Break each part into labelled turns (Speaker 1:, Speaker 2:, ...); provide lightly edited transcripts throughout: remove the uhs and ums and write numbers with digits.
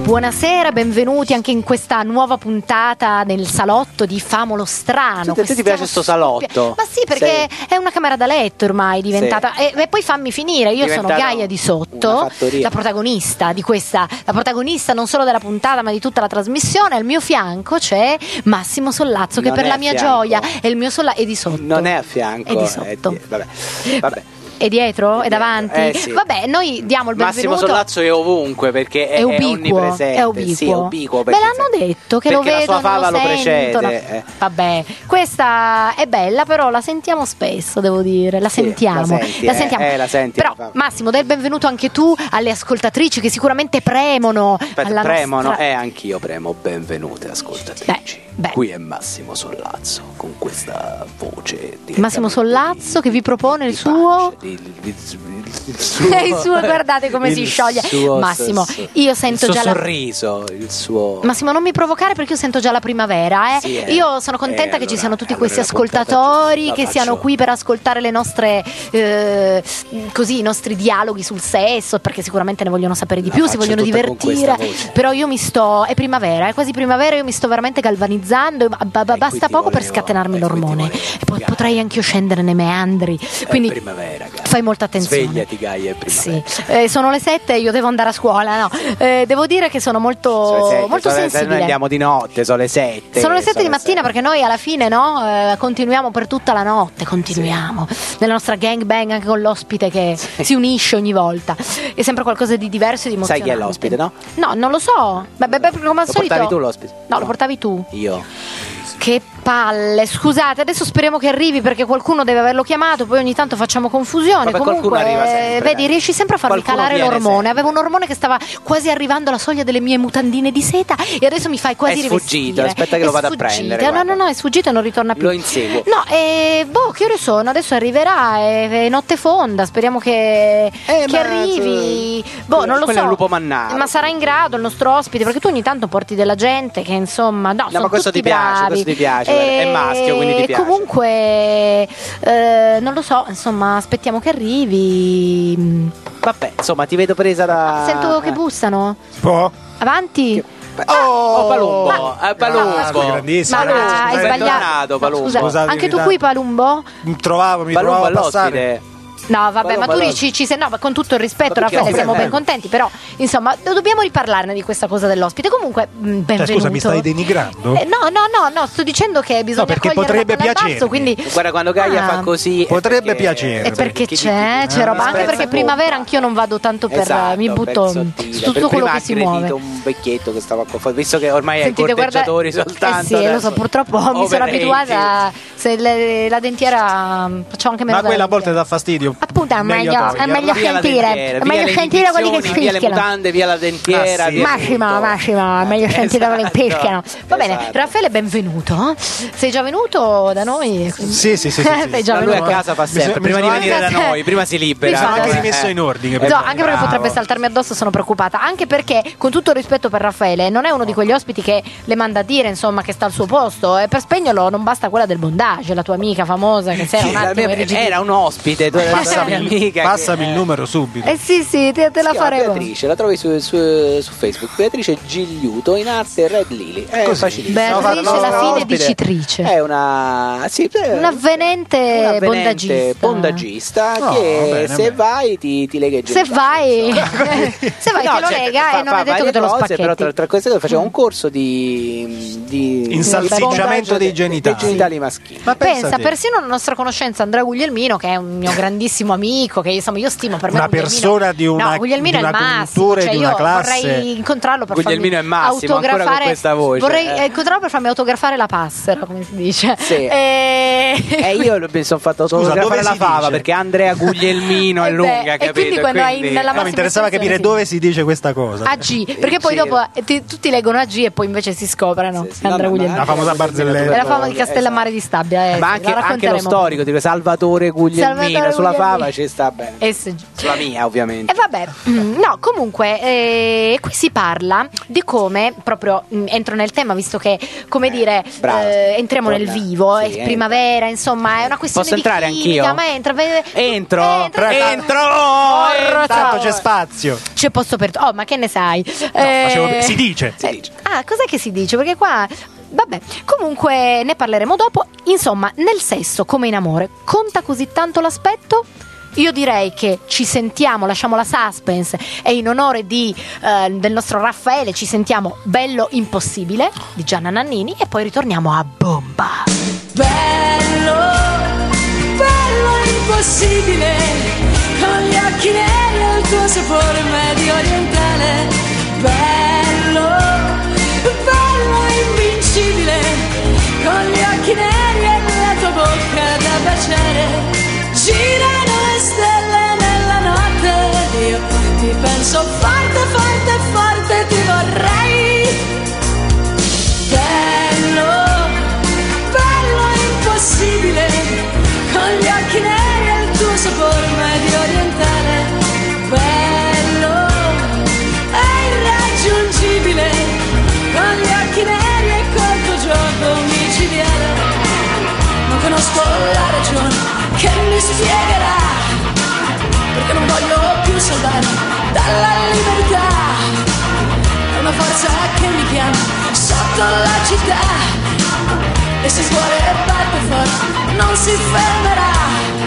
Speaker 1: Buonasera, benvenuti anche in questa nuova puntata nel salotto di Famolo Strano.
Speaker 2: Te ti piace sto salotto?
Speaker 1: Ma sì, perché è una camera da letto ormai diventata.
Speaker 2: Sì.
Speaker 1: E poi fammi finire, io sono Gaia Di Sotto, la protagonista di questa, la protagonista non solo della puntata ma di tutta la trasmissione. Al mio fianco c'è Massimo Sollazzo, che
Speaker 2: non
Speaker 1: per la mia gioia
Speaker 2: è
Speaker 1: il mio È di sotto.
Speaker 2: Non è a fianco,
Speaker 1: è di sotto.
Speaker 2: Vabbè.
Speaker 1: È dietro? È davanti?
Speaker 2: Sì.
Speaker 1: Vabbè, noi diamo il benvenuto.
Speaker 2: Massimo Sollazzo è ovunque perché è onnipresente.
Speaker 1: È ubiquo.
Speaker 2: Sì, è ubiquo.
Speaker 1: Me l'hanno detto che lo vedono,
Speaker 2: la sua fava
Speaker 1: lo sentono.
Speaker 2: precede.
Speaker 1: Vabbè, questa è bella, però la sentiamo spesso, devo dire. La sentiamo.
Speaker 2: La senti.
Speaker 1: Però Massimo, dai il benvenuto anche tu alle ascoltatrici che sicuramente premono.
Speaker 2: Premono, anch'io premo. Benvenute ascoltatrici. Qui è Massimo Sollazzo con questa voce.
Speaker 1: Massimo Sollazzo che vi propone il suo. Il suo, guardate come si scioglie. Massimo, io sento
Speaker 2: il suo
Speaker 1: già
Speaker 2: sorriso, il suo.
Speaker 1: Massimo, non mi provocare perché io sento già la primavera.
Speaker 2: Sì,
Speaker 1: io sono contenta che ci siano tutti questi ascoltatori che siano qui per ascoltare le nostre i nostri dialoghi sul sesso, perché sicuramente ne vogliono sapere di più, si vogliono divertire. Però io è primavera, è quasi primavera, io mi sto veramente galvanizzando, basta poco per scatenarmi l'ormone e poi potrei anche io scendere nei meandri. Quindi
Speaker 2: primavera,
Speaker 1: fai molta attenzione.
Speaker 2: Svegliati, Gaia, è primavera.
Speaker 1: Sì. Sono le 7 e io devo andare a scuola, no? Devo dire che sono molto sensibile.
Speaker 2: Noi andiamo di notte, sono le 7.
Speaker 1: Sono le 7 di mattina perché noi alla fine continuiamo per tutta la notte, nella nostra gangbang anche con l'ospite che si unisce ogni volta. È sempre qualcosa di diverso e di emozionante.
Speaker 2: Sai chi è l'ospite, no?
Speaker 1: No, non lo so. Come al solito. Lo
Speaker 2: portavi tu l'ospite?
Speaker 1: No, lo portavi tu.
Speaker 2: Io.
Speaker 1: Che palle, scusate, adesso speriamo che arrivi perché qualcuno deve averlo chiamato, poi ogni tanto facciamo confusione.
Speaker 2: Comunque arriva sempre,
Speaker 1: vedi, riesci sempre a farmi calare l'ormone. Sempre. Avevo un ormone che stava quasi arrivando alla soglia delle mie mutandine di seta e adesso mi fai quasi rivestire.
Speaker 2: È sfuggito, aspetta che lo vada a prendere.
Speaker 1: No, è sfuggito e non ritorna più.
Speaker 2: Lo inseguo.
Speaker 1: No, che ore sono? Adesso arriverà, è notte fonda, speriamo che arrivi. Non lo so.
Speaker 2: È un lupo mannaro.
Speaker 1: Ma sarà in grado il nostro ospite, perché tu ogni tanto porti della gente che insomma, sono
Speaker 2: ma questo
Speaker 1: tutti
Speaker 2: ti piace,
Speaker 1: bravi.
Speaker 2: Ti piace, è maschio, quindi ti piace.
Speaker 1: Comunque non lo so, insomma, aspettiamo che arrivi.
Speaker 2: Vabbè, insomma, ti vedo presa da.
Speaker 1: Sento che bussano.
Speaker 2: Palumbo.
Speaker 1: Avanti.
Speaker 2: Palumbo.
Speaker 3: Grandissimo.
Speaker 1: Ma hai sbagliato.
Speaker 2: Palumbo.
Speaker 1: Scusa, anche tu qui Palumbo?
Speaker 3: Mi trovavo a passare.
Speaker 1: No, vabbè, ma tu ci sei. No, ma con tutto il rispetto, Raffaele, siamo ben contenti. Però, insomma, dobbiamo riparlarne di questa cosa dell'ospite. Comunque, benvenuto.
Speaker 3: Scusa, mi stai denigrando?
Speaker 1: No, sto dicendo che bisogna.
Speaker 3: No, perché potrebbe piacere.
Speaker 1: Quindi.
Speaker 2: Guarda, quando Gaia fa così.
Speaker 3: Potrebbe piacere.
Speaker 1: E perché c'è roba. Anche perché primavera anch'io non vado tanto per. Mi butto su tutto quello che si muove.
Speaker 2: Un vecchietto che stava qua, visto che ormai hai corteggiatori soltanto.
Speaker 1: Sì, lo so, purtroppo mi sono abituata. Se la dentiera faccio anche meno.
Speaker 3: Ma quella a volte dà fastidio.
Speaker 1: Appunto, è meglio sentire quelli che
Speaker 2: fischiano. Via le mutande, via la dentiera.
Speaker 1: Massima, meglio sentire quelli che fischiano. Va bene, Raffaele, benvenuto. Sei già venuto da noi?
Speaker 3: Sì.
Speaker 1: Sei già
Speaker 2: lui
Speaker 1: venuto.
Speaker 2: a casa fa sempre. Prima di venire da noi, prima si libera.
Speaker 3: Sono anche rimesso in ordine.
Speaker 1: No, anche perché potrebbe saltarmi addosso, sono preoccupata. Anche perché, con tutto il rispetto per Raffaele, non è uno di quegli ospiti che le manda a dire, insomma, che sta al suo posto. E per spegnerlo non basta quella del bondage, la tua amica famosa che sei un attimo
Speaker 2: era un ospite.
Speaker 3: Passami il numero subito.
Speaker 1: Sì, te la faremo.
Speaker 2: Beatrice, la trovi su Facebook. Beatrice Gigliuto, in arte Red Lily. È facilissimo.
Speaker 1: Beatrice, la fine dicitrice.
Speaker 2: È
Speaker 1: un'avvenente
Speaker 2: bondagista che se vai ti lega i genitali. Se vai te lo lega e non è detto che te lo spacchetti. Però tra queste cose faceva un corso di
Speaker 3: insalsicciamento dei genitali
Speaker 2: maschili.
Speaker 1: Ma pensa, persino la nostra conoscenza Andrea Guglielmino, che è un mio grandissimo amico, che io stimo, per me
Speaker 3: una persona di una
Speaker 1: Guglielmino
Speaker 3: di una
Speaker 1: è il massimo,
Speaker 3: di una classe.
Speaker 1: Vorrei incontrarlo per
Speaker 2: Guglielmino è massimo, ancora con questa voce.
Speaker 1: Vorrei incontrarlo per farmi autografare la passera, come si dice.
Speaker 2: Sì. Io mi sono fatto autografare la fava
Speaker 3: dice?
Speaker 2: Perché Andrea Guglielmino è lunga, capito?
Speaker 1: E quindi quando hai nella
Speaker 3: mi interessava capire dove si dice questa cosa.
Speaker 1: AG, perché poi dopo tutti leggono AG e poi invece si scoprono Andrea Guglielmino.
Speaker 3: La famosa barzelletta.
Speaker 1: È la fama di Castellammare di Stabia.
Speaker 2: Ma anche lo storico di Salvatore Guglielmino sulla fava ci sta bene. Sulla mia, ovviamente.
Speaker 1: E vabbè, no, comunque qui si parla di come, proprio entro nel tema, visto che, come dire, entriamo nel vivo, sì, è primavera, insomma, è una questione
Speaker 2: di chimica. Posso entrare anch'io?
Speaker 1: Ma
Speaker 3: entro! Tanto c'è spazio.
Speaker 1: C'è posto per ma che ne sai?
Speaker 3: Si dice.
Speaker 1: Ah, cos'è che si dice? Perché qua... Vabbè, comunque ne parleremo dopo. Insomma, nel sesso come in amore, conta così tanto l'aspetto? Io direi che ci sentiamo, lasciamo la suspense e in onore del nostro Raffaele ci sentiamo Bello Impossibile di Gianna Nannini e poi ritorniamo a Bomba.
Speaker 4: Bello, bello impossibile, con gli occhi neri e il tuo sapore medio orientale. Bello, bello invincibile, con gli occhi neri e la tua bocca da baciare. Girano le stelle nella notte, io ti penso forte, forte, forte, ti vorrei. Bello, bello impossibile, con gli occhi neri e il tuo sapore medio orientale. Bello, è irraggiungibile, con gli occhi neri e col tuo gioco micidiale. Non conosco la ragione che mi spiegherà perché non voglio più salvarmi dalla libertà. È una forza che mi chiama sotto la città e se scuole e batte forte non si fermerà.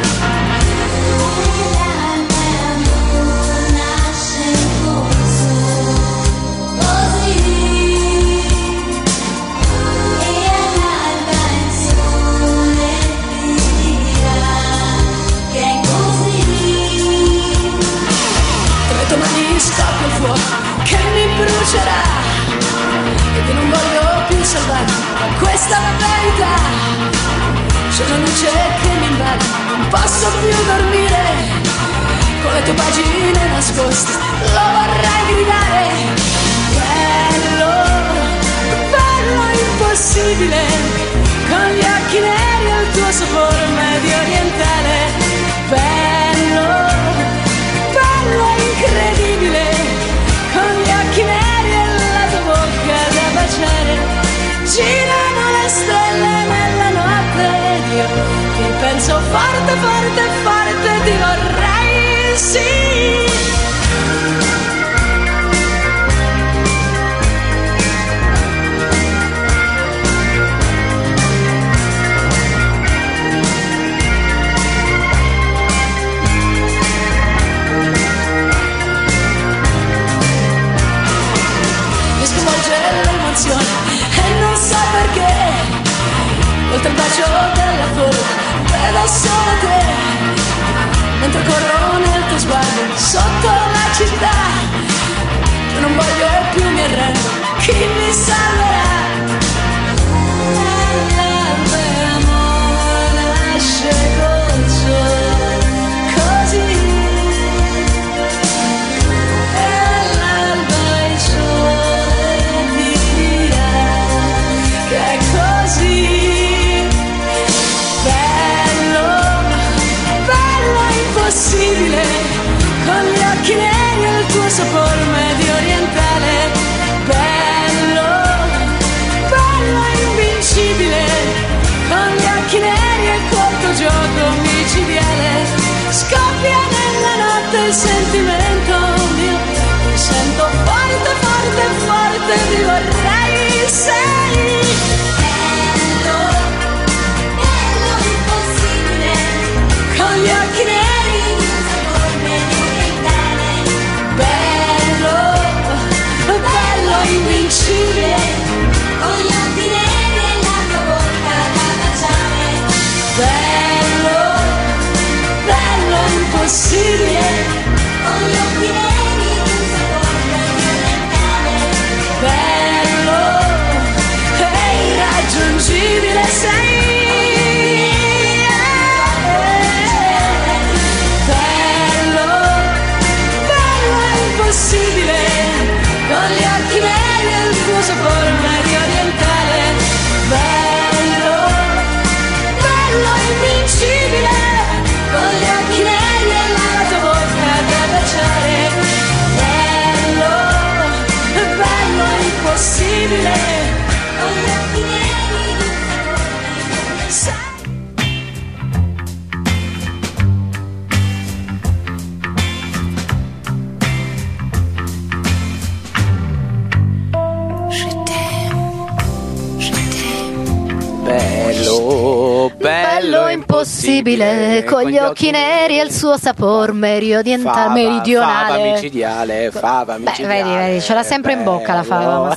Speaker 4: Scoppia il fuoco che mi brucerà e che non voglio più salvare questa verità. C'è una luce che mi invade, non posso più dormire, con le tue pagine nascoste lo vorrei gridare. Bello, bello impossibile, con gli occhi neri e il tuo sapore medio orientale. Bello, incredibile, con gli occhi neri e la tua bocca da baciare. Girano le stelle nella notte ed io ti penso forte, forte, forte, ti vorrei, sì. E non so perché, oltre il bacio della folla vedo solo te, mentre corro nel tuo sguardo sotto la città. Io non voglio più, mi arrendo, chi mi salverà? L'amore nasce col sole, così. Con gli occhi neri e il tuo sapore medio orientale. Bello, bello invincibile, con gli occhi neri e col tuo gioco micidiale. Scoppia nella notte il sentimento mio, mi sento forte, forte, forte, ti vorrei, sei. Bello, bello impossibile, con gli occhi neri. Invincibile, con gli occhi neri e la tua bocca da baciare. Bello, bello impossibile, con gli occhi neri e un sapore orientale. Bello, è irraggiungibile, sei. Bello, bello impossibile, con gli occhi neri e il tuo sapore medio orientale. Bello, bello invincibile, con gli occhi neri.
Speaker 1: impossibile, con gli occhi neri e il suo sapor meridionale.
Speaker 2: Fava micidiale.
Speaker 1: Vedi, ce l'ha sempre in bocca la fava.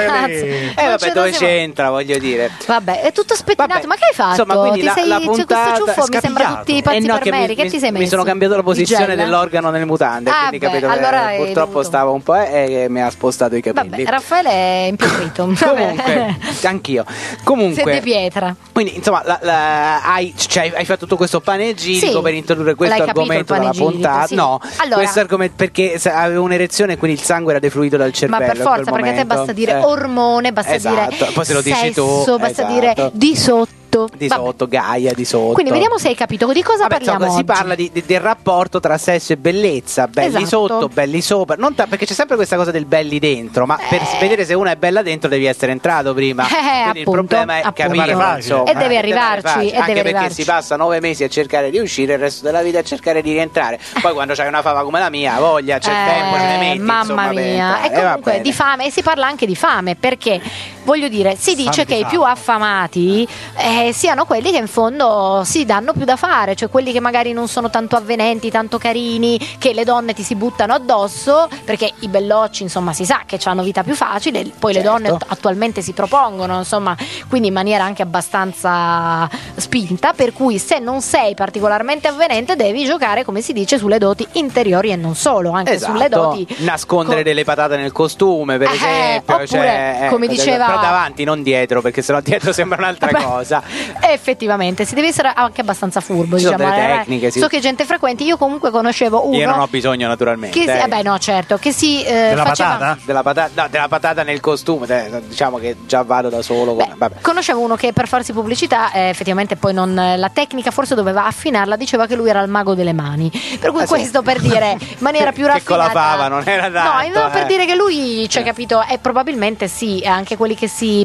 Speaker 2: Vabbè, dove c'entra, voglio dire.
Speaker 1: Vabbè, è tutto spettinato. Ma che hai fatto?
Speaker 2: Insomma, quindi la puntata
Speaker 1: questo ciuffo mi sembra tutti i pazzi per Mary. Che ti sei messo?
Speaker 2: Mi sono cambiato la posizione dell'organo nelle mutande, quindi capito
Speaker 1: allora
Speaker 2: purtroppo stavo un po' e mi ha spostato i capelli.
Speaker 1: Vabbè, Raffaele è impietrito.
Speaker 2: Comunque, anch'io. Comunque,
Speaker 1: siete pietra.
Speaker 2: Quindi, insomma, hai fatto tutto questo panegirico per introdurre questo argomento della puntata.
Speaker 1: Sì.
Speaker 2: No,
Speaker 1: allora,
Speaker 2: questo argomento perché avevo un'erezione e quindi il sangue era defluito dal cervello.
Speaker 1: Ma per forza, perché a te basta dire ormone, basta dire
Speaker 2: poi se lo dici
Speaker 1: sesso,
Speaker 2: tu,
Speaker 1: basta dire di sotto.
Speaker 2: Gaia di sotto.
Speaker 1: Quindi vediamo se hai capito di cosa parliamo.
Speaker 2: Insomma, si parla del rapporto tra sesso e bellezza, belli sotto, belli sopra. Perché c'è sempre questa cosa del belli dentro, ma per vedere se una è bella dentro devi essere entrato prima. Quindi il problema è capire,
Speaker 1: e devi arrivarci.
Speaker 2: Anche perché si passa 9 mesi a cercare di uscire, il resto della vita a cercare di rientrare. Poi quando c'hai una fava come la mia, voglia, c'è tempo, ce ne metti.
Speaker 1: Mamma mia. E comunque di fame, e si parla anche di fame, perché voglio dire, si dice che i più affamati siano quelli che in fondo si danno più da fare, cioè quelli che magari non sono tanto avvenenti, tanto carini, che le donne ti si buttano addosso, perché i bellocci insomma si sa che hanno vita più facile, poi le donne attualmente si propongono insomma, quindi in maniera anche abbastanza spinta, per cui se non sei particolarmente avvenente devi giocare, come si dice, sulle doti interiori e non solo, anche sulle doti,
Speaker 2: nascondere delle patate nel costume per esempio,
Speaker 1: oppure, come diceva,
Speaker 2: però davanti non dietro, perché sennò dietro sembra un'altra cosa.
Speaker 1: Effettivamente si deve essere anche abbastanza furbo,
Speaker 2: ci
Speaker 1: diciamo.
Speaker 2: Sono delle tecniche,
Speaker 1: so che gente frequenti. Io comunque conoscevo uno.
Speaker 2: Io non ho bisogno naturalmente.
Speaker 1: Che si
Speaker 3: della
Speaker 1: faceva
Speaker 3: patata?
Speaker 2: Della patata nel costume, diciamo che già vado da solo.
Speaker 1: Conoscevo uno che per farsi pubblicità effettivamente poi la tecnica forse doveva affinarla, diceva che lui era il mago delle mani. Per cui questo per dire in maniera più raffinata.
Speaker 2: Che con la fava non era tanto.
Speaker 1: No, per dire che lui, cioè, capito, e probabilmente sì, anche quelli che si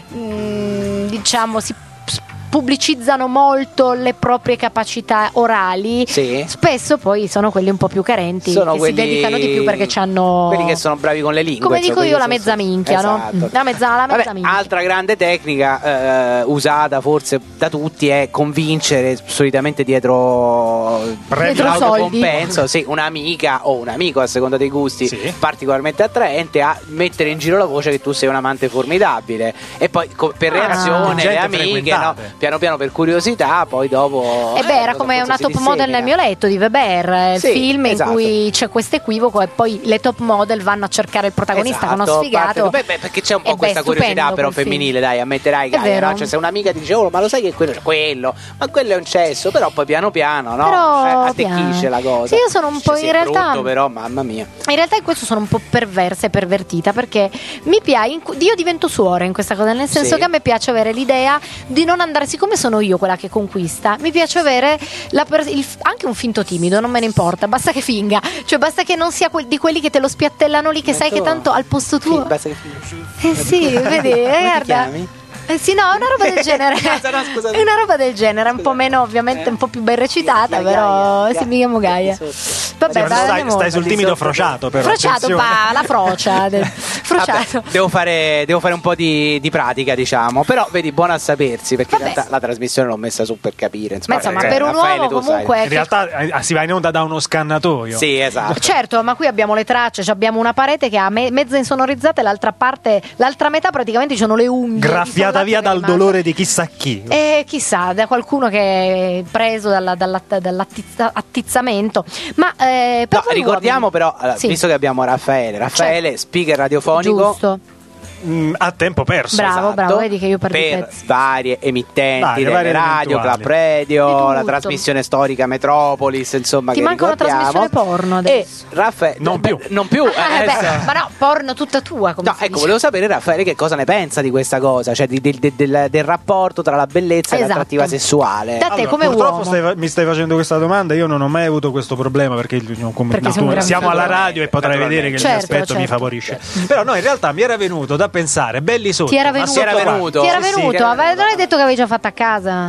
Speaker 1: pubblicizzano molto le proprie capacità orali, spesso poi sono quelli un po' più carenti, che si dedicano di più perché hanno
Speaker 2: quelli che sono bravi con le lingue,
Speaker 1: come dico io, la mezza minchia, no? La mezza minchia.
Speaker 2: Altra grande tecnica usata forse da tutti è convincere, solitamente dietro compenso, un'amica o un amico a seconda dei gusti particolarmente attraente, a mettere in giro la voce che tu sei un amante formidabile, e poi per reazione le amiche, piano piano per curiosità, poi dopo
Speaker 1: era come una top model nel mio letto di Weber, il film in cui c'è questo equivoco e poi le top model vanno a cercare il protagonista con uno sfigato,
Speaker 2: perché c'è un po' questa curiosità però femminile, dai, ammetterai, Gaia, no? Cioè, se un'amica ti dice ma lo sai che quello ma quello è un cesso, però poi piano piano, no? Attecchisce la cosa.
Speaker 1: Sì, io sono un po' in realtà
Speaker 2: brutto, però mamma mia,
Speaker 1: in realtà in questo sono un po' perversa e pervertita, perché mi piace, io divento suora in questa cosa, nel senso che a me piace avere l'idea di non andare, siccome sono io quella che conquista, mi piace avere anche un finto timido, non me ne importa, basta che finga, cioè basta che non sia di quelli che te lo spiattellano lì, che sai che tanto al posto tuo
Speaker 2: basta che finga.
Speaker 1: Sì, vedi, guarda. Sì, no, è una roba del genere. È una roba del genere, un po' meno, ovviamente, un po' più ben recitata, però sì, mi chiamo Gaia. Vabbè,
Speaker 3: stai sul timido frociato, però.
Speaker 1: Frociato, la frocia. Frociato.
Speaker 2: Vabbè, devo fare un po' di pratica, diciamo. Però vedi, buono a sapersi, perché in realtà la trasmissione l'ho messa su per capire.
Speaker 1: Ma insomma, per un uomo comunque.
Speaker 3: In realtà si va in onda da uno scannatoio.
Speaker 2: Sì, esatto.
Speaker 1: Certo, ma qui abbiamo le tracce, abbiamo una parete che ha mezza insonorizzata e l'altra metà praticamente ci sono le unghie.
Speaker 3: Graffiate via dal dolore di chissà chi,
Speaker 1: chissà, da qualcuno che è preso dall'attizzamento. Ma
Speaker 2: ricordiamo però, visto che abbiamo Raffaele, speaker radiofonico,
Speaker 1: giusto,
Speaker 2: a tempo perso,
Speaker 1: bravo, vedi che io perdo
Speaker 2: per varie emittenti delle radio, Club Radio, la trasmissione storica Metropolis, insomma,
Speaker 1: ti
Speaker 2: che
Speaker 1: manca una trasmissione porno adesso.
Speaker 2: Raffaele non più
Speaker 1: ma no, porno tutta tua, come
Speaker 2: ecco, volevo sapere, Raffaele, che cosa ne pensa di questa cosa, cioè del rapporto tra la bellezza e l'attrattiva sessuale.
Speaker 1: Da te, come
Speaker 3: purtroppo
Speaker 1: uomo
Speaker 3: mi stai facendo questa domanda, io non ho mai avuto questo problema, perché siamo alla radio e potrai vedere che il mio aspetto mi favorisce, però no, in realtà mi era venuto da pensare belli sotto.
Speaker 1: Ti era venuto? Non hai detto che avevi già fatto a casa?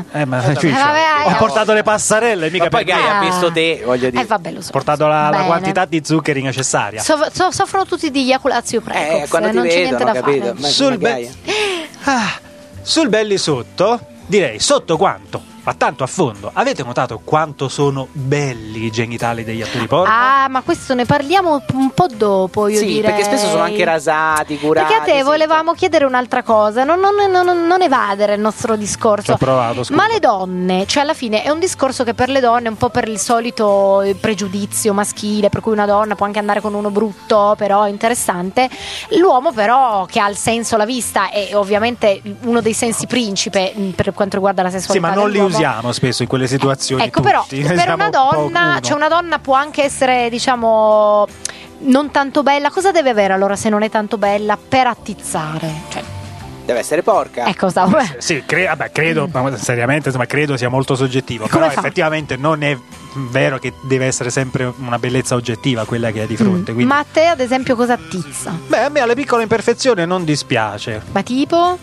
Speaker 3: Ho portato le passarelle, mica
Speaker 2: poi Gaia ha visto te, voglio dire.
Speaker 1: Vabbè, lo so.
Speaker 3: Ho portato la quantità di zuccheri necessaria.
Speaker 1: Soffrono tutti di eiaculatio precoce,
Speaker 2: quando
Speaker 1: non c'è niente da
Speaker 2: capito.
Speaker 1: fare.
Speaker 3: Sul belli sotto, direi sotto quanto? ma tanto a fondo, avete notato quanto sono belli i genitali degli attori porno?
Speaker 1: Ah, ma questo ne parliamo un po' dopo, io direi.
Speaker 2: Perché spesso sono anche rasati, curati.
Speaker 1: Perché a te volevamo chiedere un'altra cosa, non evadere il nostro discorso.
Speaker 3: Ci ho provato, scusa.
Speaker 1: Ma le donne, cioè alla fine è un discorso che per le donne è un po' per il solito pregiudizio maschile, per cui una donna può anche andare con uno brutto, però interessante. L'uomo però che ha il senso alla vista è ovviamente uno dei sensi principe per quanto riguarda la sessualità.
Speaker 3: Sì, ma non
Speaker 1: dell'uomo.
Speaker 3: Li usiamo spesso in quelle situazioni.
Speaker 1: Ecco,
Speaker 3: tutti.
Speaker 1: Però per una donna, cioè una donna può anche essere, diciamo, non tanto bella. Cosa deve avere allora se non è tanto bella per attizzare? Cioè,
Speaker 2: deve essere porca.
Speaker 1: Ecco, stavo.
Speaker 3: Sì, credo, ma seriamente, insomma, credo sia molto soggettivo. Però effettivamente non è vero che deve essere sempre una bellezza oggettiva quella che hai di fronte. Quindi...
Speaker 1: Ma a te, ad esempio, cosa attizza?
Speaker 3: Beh, a me alle piccole imperfezioni non dispiace.
Speaker 1: Ma tipo?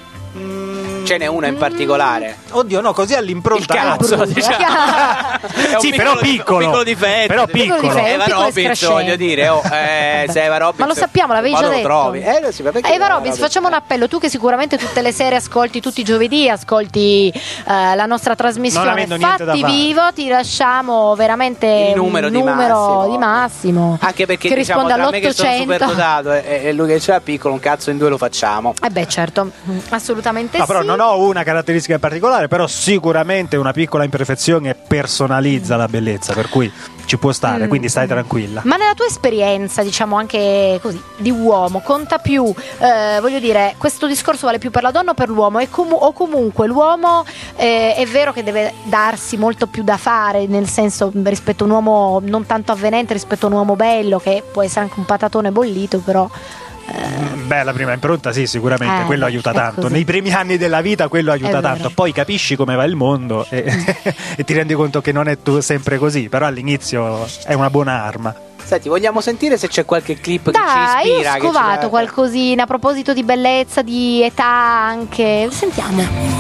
Speaker 2: Ce n'è una in particolare.
Speaker 3: Oddio, no, così all'impronta.
Speaker 2: Il cazzo, diciamo.
Speaker 3: Sì, però piccolo.
Speaker 2: Un piccolo difetto.
Speaker 3: Però piccolo.
Speaker 2: Eva Robbins, voglio dire, se Eva Robbins.
Speaker 1: Ma lo sappiamo, l'avevi già detto.
Speaker 2: Trovi. Sì,
Speaker 1: Eva Robbins, facciamo un appello. Tu che sicuramente tutte le sere ascolti, tutti i giovedì ascolti la nostra trasmissione. Fatti vivo, ti lasciamo veramente
Speaker 2: il numero di Massimo. Anche perché
Speaker 1: che risponde all'800.
Speaker 2: Me che sono super dotato e lui che c'ha piccolo, un cazzo in due lo facciamo.
Speaker 1: Beh, certo, assolutamente sì.
Speaker 3: Però non ho una caratteristica in particolare, però sicuramente una piccola imperfezione personalizza la bellezza, per cui ci può stare, quindi stai tranquilla.
Speaker 1: Ma nella tua esperienza, diciamo anche così, di uomo, conta più, voglio dire, questo discorso vale più per la donna o per l'uomo? O comunque l'uomo è vero che deve darsi molto più da fare, nel senso rispetto a un uomo non tanto avvenente, rispetto a un uomo bello, che può essere anche un patatone bollito, però...
Speaker 3: Beh, la prima impronta sì, sicuramente quello aiuta tanto. Nei primi anni della vita quello aiuta tanto. Poi capisci come va il mondo e ti rendi conto che non è sempre così. Però all'inizio è una buona arma.
Speaker 2: Senti, vogliamo sentire se c'è qualche clip che ci ispira?
Speaker 1: Io ho scovato qualcosina a proposito di bellezza, di età anche. Sentiamo.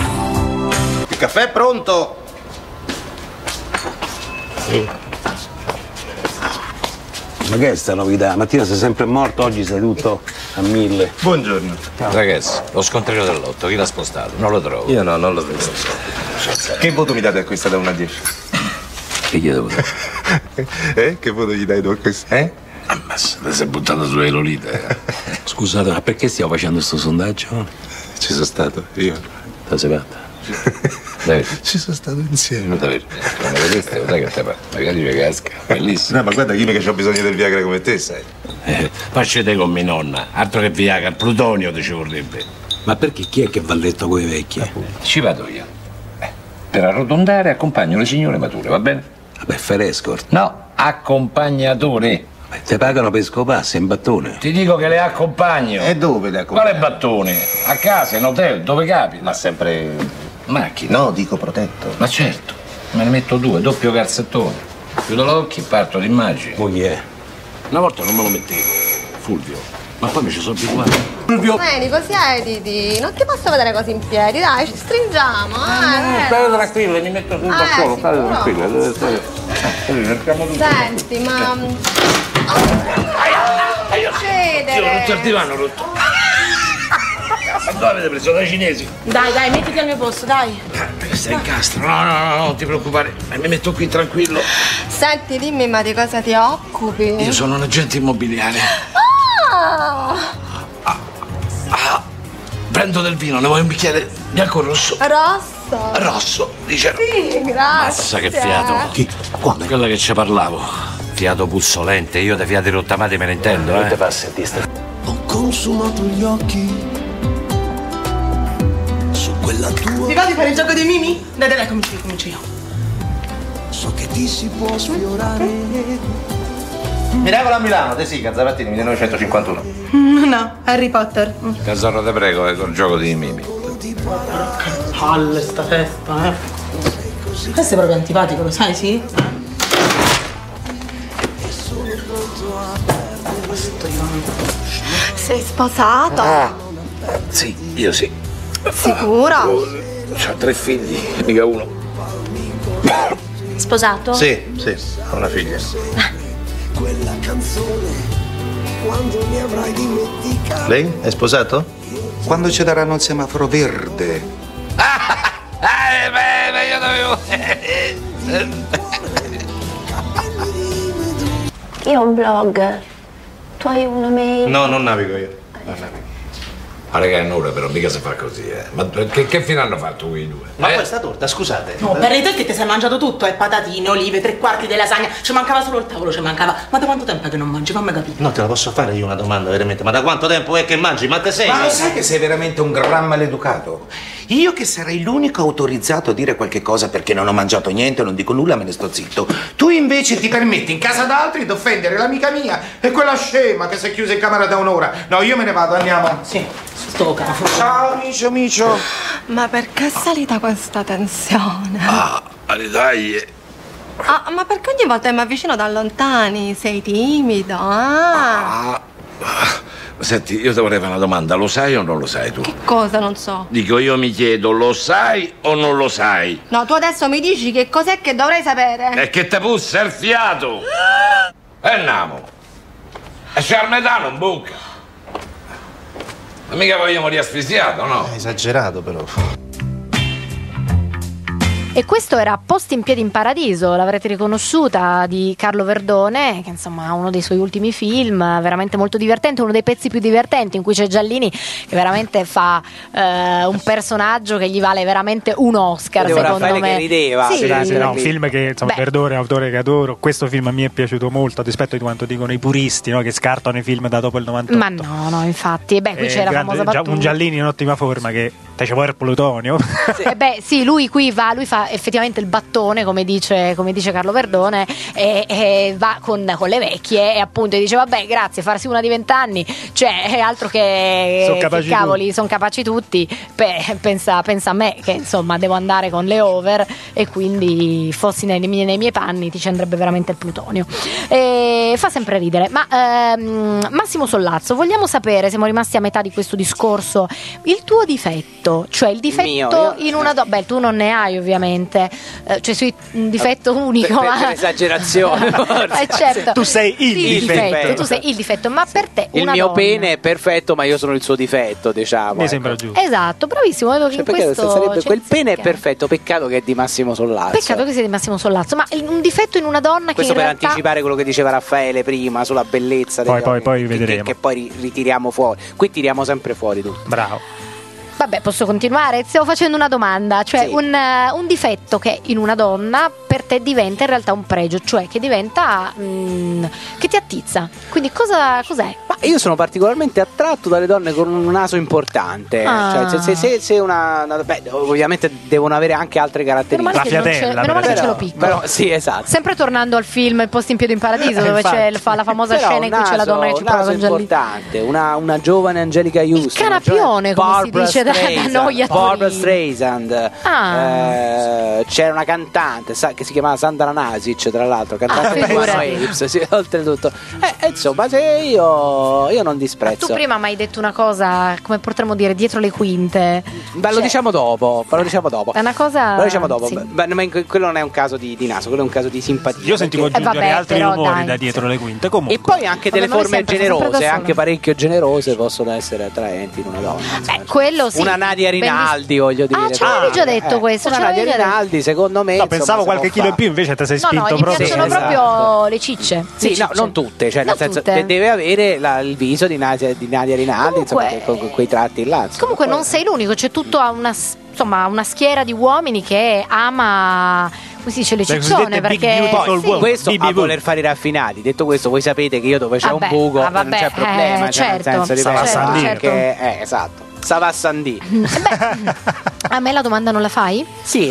Speaker 5: Il caffè è pronto.
Speaker 6: Ma che è sta novità? Mattina sei sempre morto, oggi sei tutto a 1000.
Speaker 5: Buongiorno.
Speaker 7: Ragazzi, lo scontrino del lotto, chi l'ha spostato? Non lo trovo.
Speaker 5: Io no, non lo vedo. Che voto mi date a questa da 1 a 10?
Speaker 7: Che gli devo dare?
Speaker 5: Che voto gli dai tu a questa?
Speaker 7: Ammazza, ti sei buttato sulle Lolite. Scusate, ma perché stiamo facendo questo sondaggio?
Speaker 5: Ci sono stato, io.
Speaker 7: Ti sei fatta?
Speaker 5: Ci sono stato insieme.
Speaker 7: Davvero? Ma vedete, sai che te magari mi casca. Bellissimo.
Speaker 5: No, ma guarda chi che ho bisogno del Viagra come te, sai.
Speaker 7: Facete con mia nonna, altro che Viagra, il plutonio ti ci vorrebbe.
Speaker 6: Ma perché chi è che va a letto con i vecchi?
Speaker 7: Ci vado io. Per arrotondare accompagno le signore mature, va bene?
Speaker 6: Vabbè, fai escort.
Speaker 7: No, accompagnatore.
Speaker 6: Ti pagano per scopassi in battone.
Speaker 7: Ti dico che le accompagno.
Speaker 5: E dove le accompagno?
Speaker 7: Quale battone? A casa, in hotel, dove capita?
Speaker 5: Ma sempre...
Speaker 7: Macchina?
Speaker 5: No, dico protetto.
Speaker 7: Ma certo, me ne metto 2, doppio calzettone. Chiudo l'occhio e parto d'immagine.
Speaker 6: Chi è?
Speaker 7: Una volta non me lo mettevo, Fulvio, ma poi mi ci sono abituato. Fulvio!
Speaker 8: Nico, siediti, non ti posso vedere così in piedi, dai, ci stringiamo,
Speaker 7: State tranquille, mi metto sul da solo, state tranquille. Cerchiamo tutto.
Speaker 8: Senti, ma...
Speaker 7: Io non ti divano rotto. Ma dove avete preso? Dai cinesi?
Speaker 8: Dai, mettiti al mio posto, dai.
Speaker 7: Stai in castro, no, non ti preoccupare, mi metto qui tranquillo.
Speaker 8: Senti, dimmi, ma di cosa ti occupi?
Speaker 7: Io sono un agente immobiliare. Prendo del vino, ne vuoi un bicchiere bianco o rosso?
Speaker 8: Rosso.
Speaker 7: Rosso, dice.
Speaker 8: Sì, grazie.
Speaker 7: Mazza che fiato.
Speaker 6: Chi? Quando?
Speaker 7: Quella che ci parlavo. Fiato puzzolente, io di fiati rottamati me ne intendo,
Speaker 6: Non ti fa sentire.
Speaker 9: Ho consumato gli occhi su quella tua.
Speaker 8: Ti va di fare il gioco dei mimi? Dai, comincio io.
Speaker 9: So che ti si può sfiorare.
Speaker 5: Miracolo a Milano, De Sica, Zavattini, 1951.
Speaker 8: No, Harry Potter.
Speaker 7: Casarro te prego, è col gioco dei mimi.
Speaker 8: Palle sta festa, Questo è proprio antipatico, lo sai, sì? Sei sposato?
Speaker 7: Sì, io sì.
Speaker 8: Sicuro?
Speaker 7: Ho 3 figli, mica uno.
Speaker 8: Sposato?
Speaker 5: Sì, ho una figlia.
Speaker 9: Quella canzone, quando mi avrai dimenticato.
Speaker 5: Lei è sposato? Quando ci daranno il semaforo verde?
Speaker 7: Beh, io l'avevo.
Speaker 10: Io ho un blog. Tu hai una mail?
Speaker 5: No, non navigo io. Non navigo.
Speaker 7: Ma raga, è un'ora però, mica si fa così, Ma che fine hanno fatto quei due?
Speaker 8: Ma questa torta, scusate. No, per te che ti sei mangiato tutto, patatine, olive, 3/4 di lasagna. Ci mancava solo il tavolo, ci mancava. Ma da quanto tempo è che non mangi? Fammi capire.
Speaker 5: No, te la posso fare io una domanda, veramente. Ma da quanto tempo è che mangi? Ma te sei?
Speaker 11: Ma lo sai che sei veramente un gran maleducato? Io che sarei l'unico autorizzato a dire qualche cosa perché non ho mangiato niente, non dico nulla, me ne sto zitto. Tu invece ti permetti in casa d'altri di offendere l'amica mia e quella scema che si è chiusa in camera da un'ora. No, io me ne vado, andiamo.
Speaker 8: Sì, sto cafo.
Speaker 11: Ciao, micio.
Speaker 10: Ma perché è salita questa tensione?
Speaker 7: Dai.
Speaker 10: Ma perché ogni volta che mi avvicino da lontani sei timido?
Speaker 7: Senti, io ti vorrei fare una domanda, lo sai o non lo sai tu?
Speaker 10: Che cosa non so?
Speaker 7: Dico, io mi chiedo, lo sai o non lo sai?
Speaker 10: No, tu adesso mi dici che cos'è che dovrei sapere?
Speaker 7: È che te pussa il fiato! E andiamo! E c'è il metano in bocca! Ma mica voglio morire asfissiato, no?
Speaker 5: È esagerato però.
Speaker 1: E questo era Posti in piedi in paradiso, l'avrete riconosciuta, di Carlo Verdone, che insomma ha uno dei suoi ultimi film, veramente molto divertente, uno dei pezzi più divertenti, in cui c'è Giallini che veramente fa un personaggio che gli vale veramente un Oscar,
Speaker 2: Devo
Speaker 1: secondo
Speaker 2: Raffaele
Speaker 1: me.
Speaker 2: Che rideva.
Speaker 1: Sì.
Speaker 3: No, un film che insomma Verdone è un autore che adoro. Questo film a me è piaciuto molto, a dispetto di quanto dicono i puristi, no? Che scartano i film da dopo il 98.
Speaker 1: Ma no, infatti. Qui c'è la famosa battuta.
Speaker 3: Un Giallini in ottima forma che te ci vuole il plutonio.
Speaker 1: Sì, lui qui va, lui fa effettivamente il battone, come dice Carlo Verdone, e va con le vecchie e appunto dice vabbè, grazie, farsi una di 20 anni, cioè è altro che cavoli, sono capaci tutti. Pensa a me che insomma devo andare con le over, e quindi fossi nei miei panni ti ci andrebbe veramente il plutonio. E fa sempre ridere. Ma Massimo Sollazzo, vogliamo sapere, siamo rimasti a metà di questo discorso, il tuo difetto, cioè il difetto in una donna. Beh, tu non ne hai ovviamente, cioè un difetto unico,
Speaker 2: per esagerazione
Speaker 1: certo.
Speaker 3: Tu sei il difetto.
Speaker 1: Tu sei il difetto, ma per te
Speaker 2: il mio pene è perfetto, ma io sono il suo difetto, diciamo.
Speaker 3: Mi sembra giusto.
Speaker 1: Esatto, bravissimo. Vedo che in questo
Speaker 2: sarebbe quel pene è perfetto, peccato che è di Massimo Sollazzo.
Speaker 1: Peccato che sia di Massimo Sollazzo, ma un difetto in una donna
Speaker 2: questo
Speaker 1: che in
Speaker 2: per
Speaker 1: realtà...
Speaker 2: anticipare quello che diceva Raffaele prima sulla bellezza
Speaker 3: poi vedremo
Speaker 2: che poi ritiriamo fuori. Qui tiriamo sempre fuori tutto.
Speaker 3: Bravo.
Speaker 1: Vabbè, posso continuare? Stiamo facendo una domanda, cioè
Speaker 2: sì.
Speaker 1: un difetto che in una donna per te diventa in realtà un pregio, cioè che diventa che ti attizza. Quindi cos'è?
Speaker 2: Ma io sono particolarmente attratto dalle donne con un naso importante. Cioè, se ovviamente devono avere anche altre caratteristiche.
Speaker 3: La fiatella,
Speaker 1: meno male che ce lo piccolo.
Speaker 2: Però, sì, esatto.
Speaker 1: Sempre tornando al film Posti in piedi in paradiso, dove c'è la famosa scena in cui c'è la donna che ci prova con Giallini.
Speaker 2: Importante, una giovane Angelica Houston.
Speaker 1: Il canapione, come si dice da noi a
Speaker 2: Barbra
Speaker 1: Torino.
Speaker 2: Streisand. C'era una cantante che si chiamava Sandra Nasic, tra l'altro, cantante di Waves, sì, oltretutto. Insomma, se io non disprezzo.
Speaker 1: Ma tu prima mi hai detto una cosa, come potremmo dire, dietro le quinte.
Speaker 2: Lo diciamo dopo.
Speaker 1: È una cosa.
Speaker 2: Lo diciamo dopo.
Speaker 1: Sì.
Speaker 2: Ma quello non è un caso di naso, quello è un caso di simpatia.
Speaker 3: Io sentivo aggiungere altri rumori da dietro le quinte. Comunque.
Speaker 2: E poi anche delle forme generose, anche parecchio generose, possono essere attraenti in una donna.
Speaker 1: Quello sì.
Speaker 2: Una Nadia Rinaldi, voglio dire.
Speaker 1: Ce l'avevi già detto questo.
Speaker 2: Una Nadia Rinaldi, secondo me.
Speaker 3: No, pensavo qualche chilo in più, invece te sei spinto
Speaker 1: mi
Speaker 3: proprio.
Speaker 1: piacciono proprio le cicce.
Speaker 2: Sì, no, non tutte, cioè nel senso deve avere il viso di Nadia Rinaldi, insomma, con quei tratti là.
Speaker 1: Comunque non sei l'unico, c'è tutta una schiera di uomini che ama, come si dice, le ciccione, perché
Speaker 2: questo a voler fare i raffinati. Detto questo, voi sapete che io dove c'è un buco non c'è problema,
Speaker 1: certo,
Speaker 2: nel senso
Speaker 1: certo.
Speaker 2: Esatto. Savassandì.
Speaker 1: A me la domanda non la fai?
Speaker 2: Sì,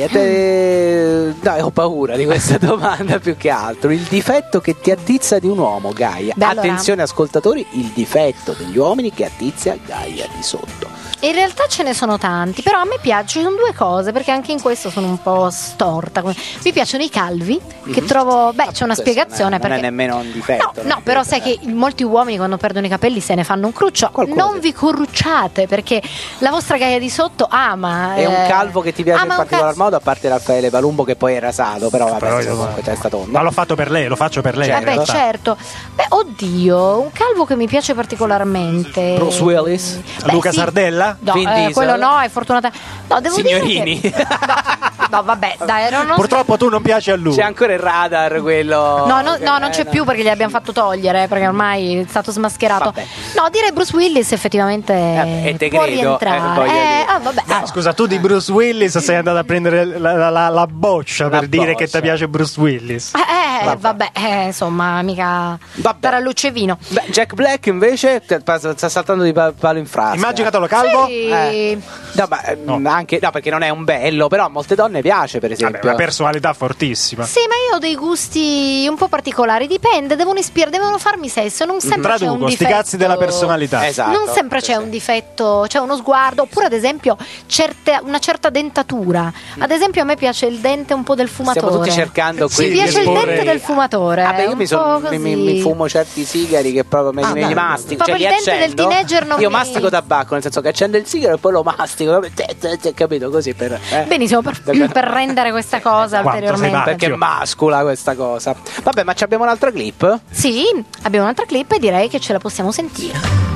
Speaker 2: ho paura di questa domanda più che altro. Il difetto che ti attizza di un uomo, Gaia. Attenzione ascoltatori, il difetto degli uomini che attizza Gaia di sotto.
Speaker 1: In realtà ce ne sono tanti, però a me piacciono due cose, perché anche in questo sono un po' storta. Mi piacciono i calvi, che trovo, c'è una spiegazione.
Speaker 2: Non è nemmeno un difetto.
Speaker 1: No, però sai che molti uomini quando perdono i capelli se ne fanno un cruccio. Non vi corrucciate, perché la vostra Gaia di sotto ama.
Speaker 2: È un calvo che ti piace in particolar modo, a parte Raffaele Palumbo che poi è rasato, però vabbè, comunque testa tonda.
Speaker 3: Ma l'ho fatto per lei, lo faccio per lei.
Speaker 1: Vabbè, certo. Oddio, un calvo che mi piace particolarmente.
Speaker 2: Bruce Willis?
Speaker 3: Luca Sardella?
Speaker 1: No, quello no, è fortunata. No, devo
Speaker 2: Signorini.
Speaker 1: dire che... No, vabbè, dai,
Speaker 3: purtroppo tu non piaci a lui.
Speaker 2: C'è ancora il radar, quello.
Speaker 1: No, non c'è più perché gli abbiamo fatto togliere, perché ormai è stato smascherato.
Speaker 2: Vabbè.
Speaker 1: No, direi Bruce Willis effettivamente può rientrare.
Speaker 3: Scusa, tu di Bruce Willis sei andato a prendere la boccia per dire che ti piace Bruce Willis.
Speaker 1: Insomma, mica tarallucce e vino.
Speaker 2: Beh, Jack Black invece sta saltando di palo in frasca.
Speaker 3: Immaginatelo calvo.
Speaker 1: Sì.
Speaker 2: Anche, perché non è un bello, però a molte donne piace, per esempio.
Speaker 3: Una personalità fortissima.
Speaker 1: Sì, ma io ho dei gusti un po' particolari, dipende, devono farmi sesso, non sempre c'è un difetto.
Speaker 3: Sti cazzi della personalità.
Speaker 2: Esatto,
Speaker 1: non sempre c'è un difetto, c'è uno sguardo, oppure ad esempio una certa dentatura. Ad esempio a me piace il dente un po' del fumatore.
Speaker 2: Stiamo tutti cercando qui.
Speaker 1: Mi piace il dente del fumatore.
Speaker 2: Io mi fumo certi sigari che proprio me li mastico.
Speaker 1: Proprio il dente del teenager non
Speaker 2: io mastico tabacco, nel senso che accendo il sigaro e poi lo mastico. Capito? Così per
Speaker 1: benissimo, per rendere questa cosa ulteriormente.
Speaker 2: Perché mascula questa cosa. Vabbè, ma abbiamo un'altra clip?
Speaker 1: Sì, abbiamo un'altra clip e direi che ce la possiamo sentire.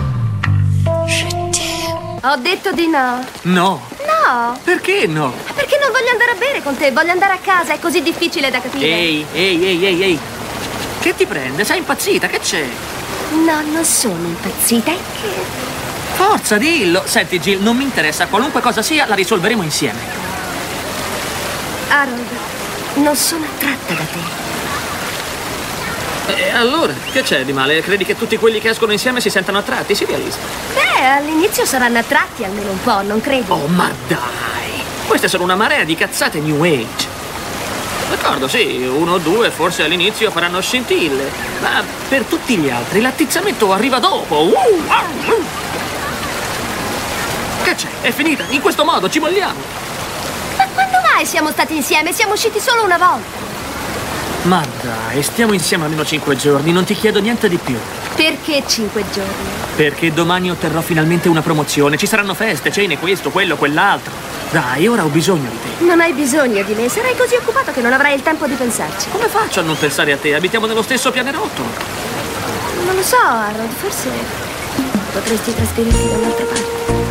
Speaker 12: Ho detto di no.
Speaker 13: No.
Speaker 12: No.
Speaker 13: Perché no?
Speaker 12: Perché non voglio andare a bere con te, voglio andare a casa, è così difficile da capire.
Speaker 13: Ehi. Che ti prende? Sei impazzita, che c'è?
Speaker 12: No, non sono impazzita, è che...
Speaker 13: Forza, dillo. Senti, Jill, non mi interessa, qualunque cosa sia, la risolveremo insieme.
Speaker 12: Harold, non sono attratta da te.
Speaker 13: E allora, che c'è di male? Credi che tutti quelli che escono insieme si sentano attratti? Sii realista.
Speaker 12: Beh, all'inizio saranno attratti almeno un po', non credi?
Speaker 13: Oh, ma dai! Queste sono una marea di cazzate New Age. D'accordo, sì, 1 o 2 forse all'inizio faranno scintille, ma per tutti gli altri l'attizzamento arriva dopo. Che c'è? È finita? In questo modo ci vogliamo.
Speaker 12: Ma quando mai siamo stati insieme? Siamo usciti solo una volta.
Speaker 13: Ma dai, stiamo insieme almeno 5 giorni, non ti chiedo niente di più.
Speaker 12: Perché 5 giorni?
Speaker 13: Perché domani otterrò finalmente una promozione, ci saranno feste, cene, questo, quello, quell'altro. Dai, ora ho bisogno di te.
Speaker 12: Non hai bisogno di me, sarai così occupato che non avrai il tempo di pensarci.
Speaker 13: Come faccio a non pensare a te? Abitiamo nello stesso pianerottolo.
Speaker 12: Non lo so, Harold, forse potresti trasferirti da un'altra parte.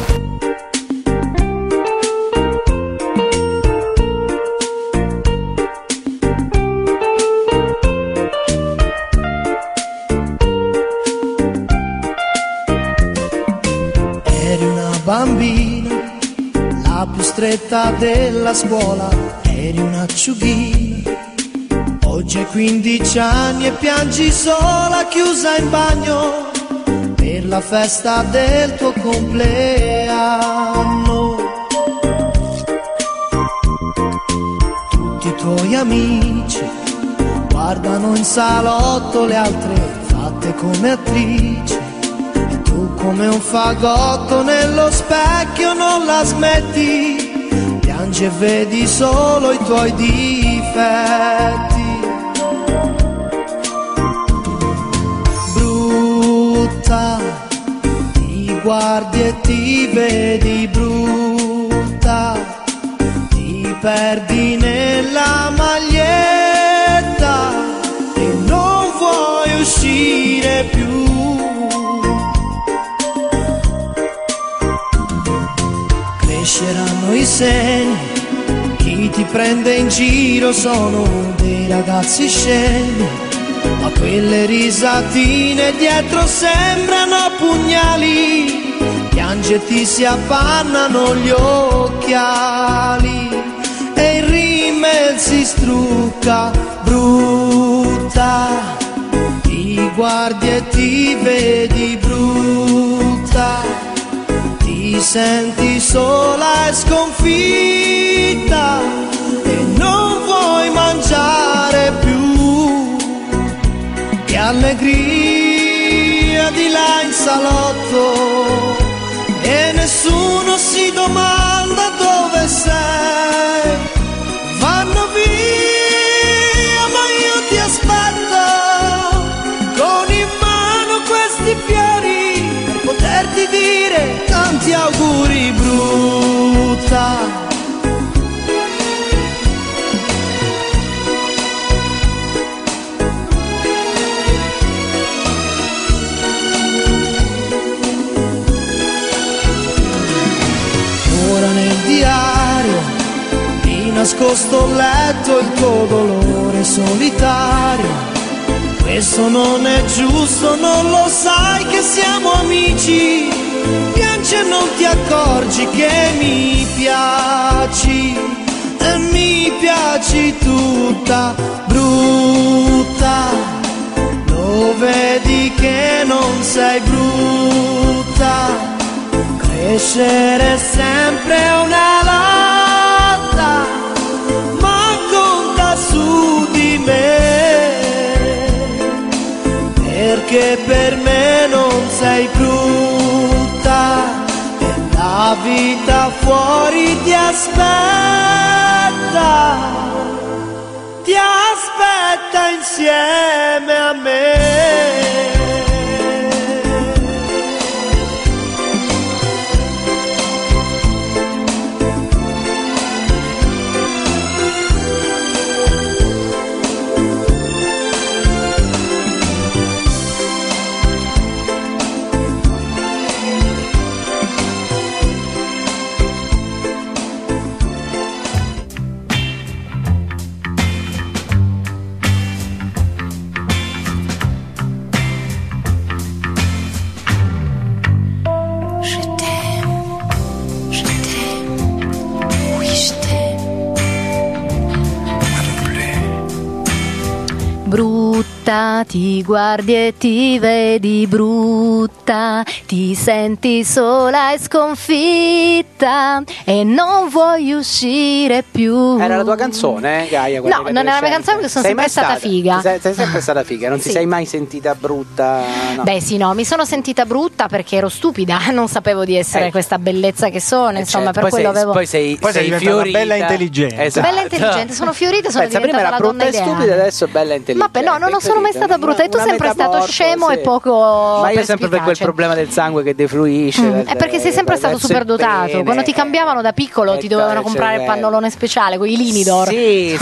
Speaker 9: Bambina, la più stretta della scuola, eri un'acciughina. Oggi hai 15 anni e piangi sola, chiusa in bagno, per la festa del tuo compleanno. Tutti i tuoi amici guardano in salotto le altre fatte come attrici. Come un fagotto nello specchio non la smetti, piangi e vedi solo i tuoi difetti. Brutta, ti guardi e ti vedi brutta, ti perdi nella maglietta e non vuoi uscire più. Cresceranno i seni, chi ti prende in giro sono dei ragazzi scemi, ma quelle risatine dietro sembrano pugnali, piangi e ti si appannano gli occhiali e il rímel si strucca. Brutta, ti guardi e ti vedi brutta, ti senti sola e sconfitta e non vuoi mangiare più. Che allegria di là in salotto e nessuno si domanda dove sei. Vanno via ma io ti aspetto con in mano questi fiori per poterti dire tanti auguri brutta. Ora nel diario nascosto il letto, il tuo dolore solitario. Questo non è giusto, non lo sai che siamo amici. Piangi e non ti accorgi che mi piaci, e mi piaci tutta brutta. Lo vedi che non sei brutta. Crescere è sempre una lotta, ma conta su di me, perché per me non sei brutta e la vita fuori ti aspetta insieme a me.
Speaker 1: Brutta, ti guardi e ti vedi brutta, ti senti sola e sconfitta e non vuoi uscire più.
Speaker 2: Era la tua canzone, Gaia?
Speaker 1: No, non era la mia canzone perché sono sempre stata figa.
Speaker 2: Sei sempre stata figa, non ti sei mai sentita brutta? No.
Speaker 1: Beh sì, no, mi sono sentita brutta perché ero stupida, non sapevo di essere questa bellezza che sono, insomma, per quello avevo...
Speaker 2: Poi sei fiorita.
Speaker 3: Bella intelligente.
Speaker 2: Esatto.
Speaker 1: Bella intelligente, sono fiorita, sono
Speaker 2: Pensa,
Speaker 1: diventata
Speaker 2: prima era
Speaker 1: la donna
Speaker 2: brutta e
Speaker 1: ideale.
Speaker 2: stupida, adesso è bella e intelligente.
Speaker 1: Ma no, non sono mai stata brutta e tu sei sempre stato scemo e poco
Speaker 2: Ma io sempre per quel problema del sangue che defluisce.
Speaker 1: È perché sei sempre stato super dotato. Quando ti cambiavano da piccolo ti dovevano comprare il pannolone speciale con i Linidor.
Speaker 2: Sì,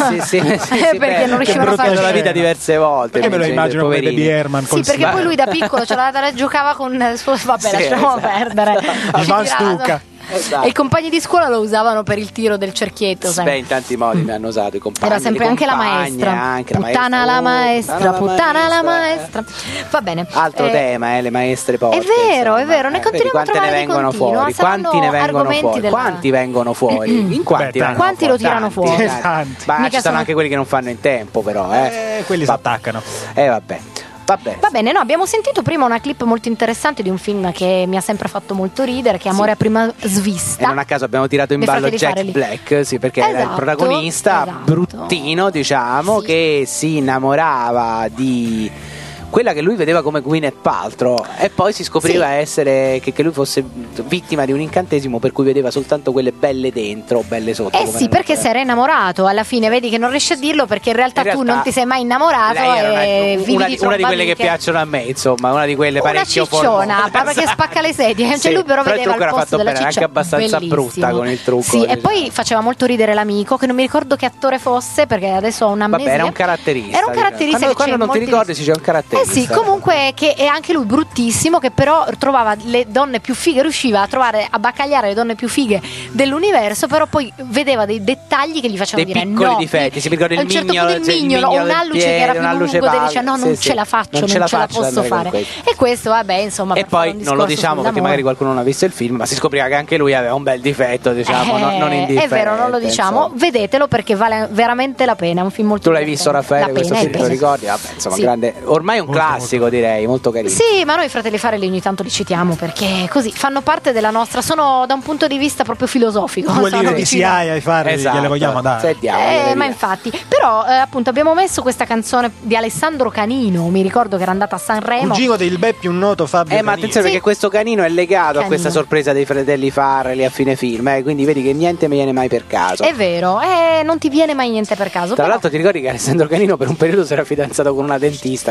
Speaker 1: perché non riuscivano a fare
Speaker 2: la vita diverse volte.
Speaker 3: Perché me lo immagino come Baby Herman.
Speaker 1: Sì, perché poi lui da piccolo giocava con il suo... Vabbè, lasciamo perdere.
Speaker 3: Ivan Stucca.
Speaker 1: Esatto. E i compagni di scuola lo usavano per il tiro del cerchietto.
Speaker 2: Beh, in tanti modi mi hanno usato i compagni.
Speaker 1: Era sempre anche la maestra. Puttana la maestra, puttana la maestra. Va bene.
Speaker 2: Altro tema, le maestre povere.
Speaker 1: È vero, ne continuiamo a trovare di continuo.
Speaker 2: Fuori? Quanti ne vengono fuori? Quanti vengono fuori? In quanti
Speaker 1: lo tirano fuori?
Speaker 2: Ma ci sono anche quelli che non fanno in tempo, però.
Speaker 3: Quelli si attaccano.
Speaker 2: Vabbè.
Speaker 1: Va bene, no, abbiamo sentito prima una clip molto interessante di un film che mi ha sempre fatto molto ridere, che è Amore a prima svista.
Speaker 2: E non a caso abbiamo tirato in ballo Jack Black, sì, perché era il protagonista bruttino, diciamo, che si innamorava di quella che lui vedeva come Gwyneth Paltrow e poi si scopriva essere che lui fosse vittima di un incantesimo per cui vedeva soltanto quelle belle dentro, belle sotto.
Speaker 1: Sì, perché si era innamorato, alla fine vedi che non riesci a dirlo perché in realtà tu non ti sei mai innamorato e vivi
Speaker 2: una di quelle che piacciono a me, insomma, una di quelle parecchio
Speaker 1: cicciona, perché spacca le sedie, cioè lui però vedeva il posto della ciccia,
Speaker 2: anche abbastanza brutta con il trucco.
Speaker 1: Sì, e poi faceva molto ridere l'amico che non mi ricordo che attore fosse perché adesso ho un'amnesia.
Speaker 2: Vabbè, era un caratterista. Quando non ti ricordi si c'è un caratterista.
Speaker 1: Sì, comunque che è anche lui bruttissimo, che però trovava le donne più fighe, riusciva a baccagliare le donne più fighe dell'universo, però poi vedeva dei dettagli che gli facevano dire
Speaker 2: piccoli difetti, si ricorda il mignolo,
Speaker 1: o un alluce che era più lungo e dice no, non ce la faccio, non ce la posso fare. E questo vabbè, insomma,
Speaker 2: e poi non lo diciamo perché magari qualcuno non ha visto il film, ma si scopriva che anche lui aveva un bel difetto, diciamo, non indifferente.
Speaker 1: È vero, non lo diciamo, vedetelo perché vale veramente la pena, è un film molto
Speaker 2: Tu l'hai visto, Raffaele, questo film, te lo ricordi? Vabbè, insomma, grande, ormai è un classico, direi, molto carino.
Speaker 1: Sì, ma noi Fratelli Farelli ogni tanto li citiamo perché così fanno parte della nostra, sono da un punto di vista proprio filosofico.
Speaker 3: 2 lire di SIAE ai Farelli, gliele vogliamo dare.
Speaker 1: Ma infatti, però appunto abbiamo messo questa canzone di Alessandro Canino, mi ricordo che era andata a Sanremo.
Speaker 3: Cugino del ben più noto Fabio
Speaker 2: ma attenzione perché questo Canino è legato a questa sorpresa dei Fratelli Farelli a fine film, quindi vedi che niente mi viene mai per caso.
Speaker 1: È vero, non ti viene mai niente per caso.
Speaker 2: Tra l'altro ti ricordi che Alessandro Canino per un periodo si era fidanzato con una dentista, questa cosa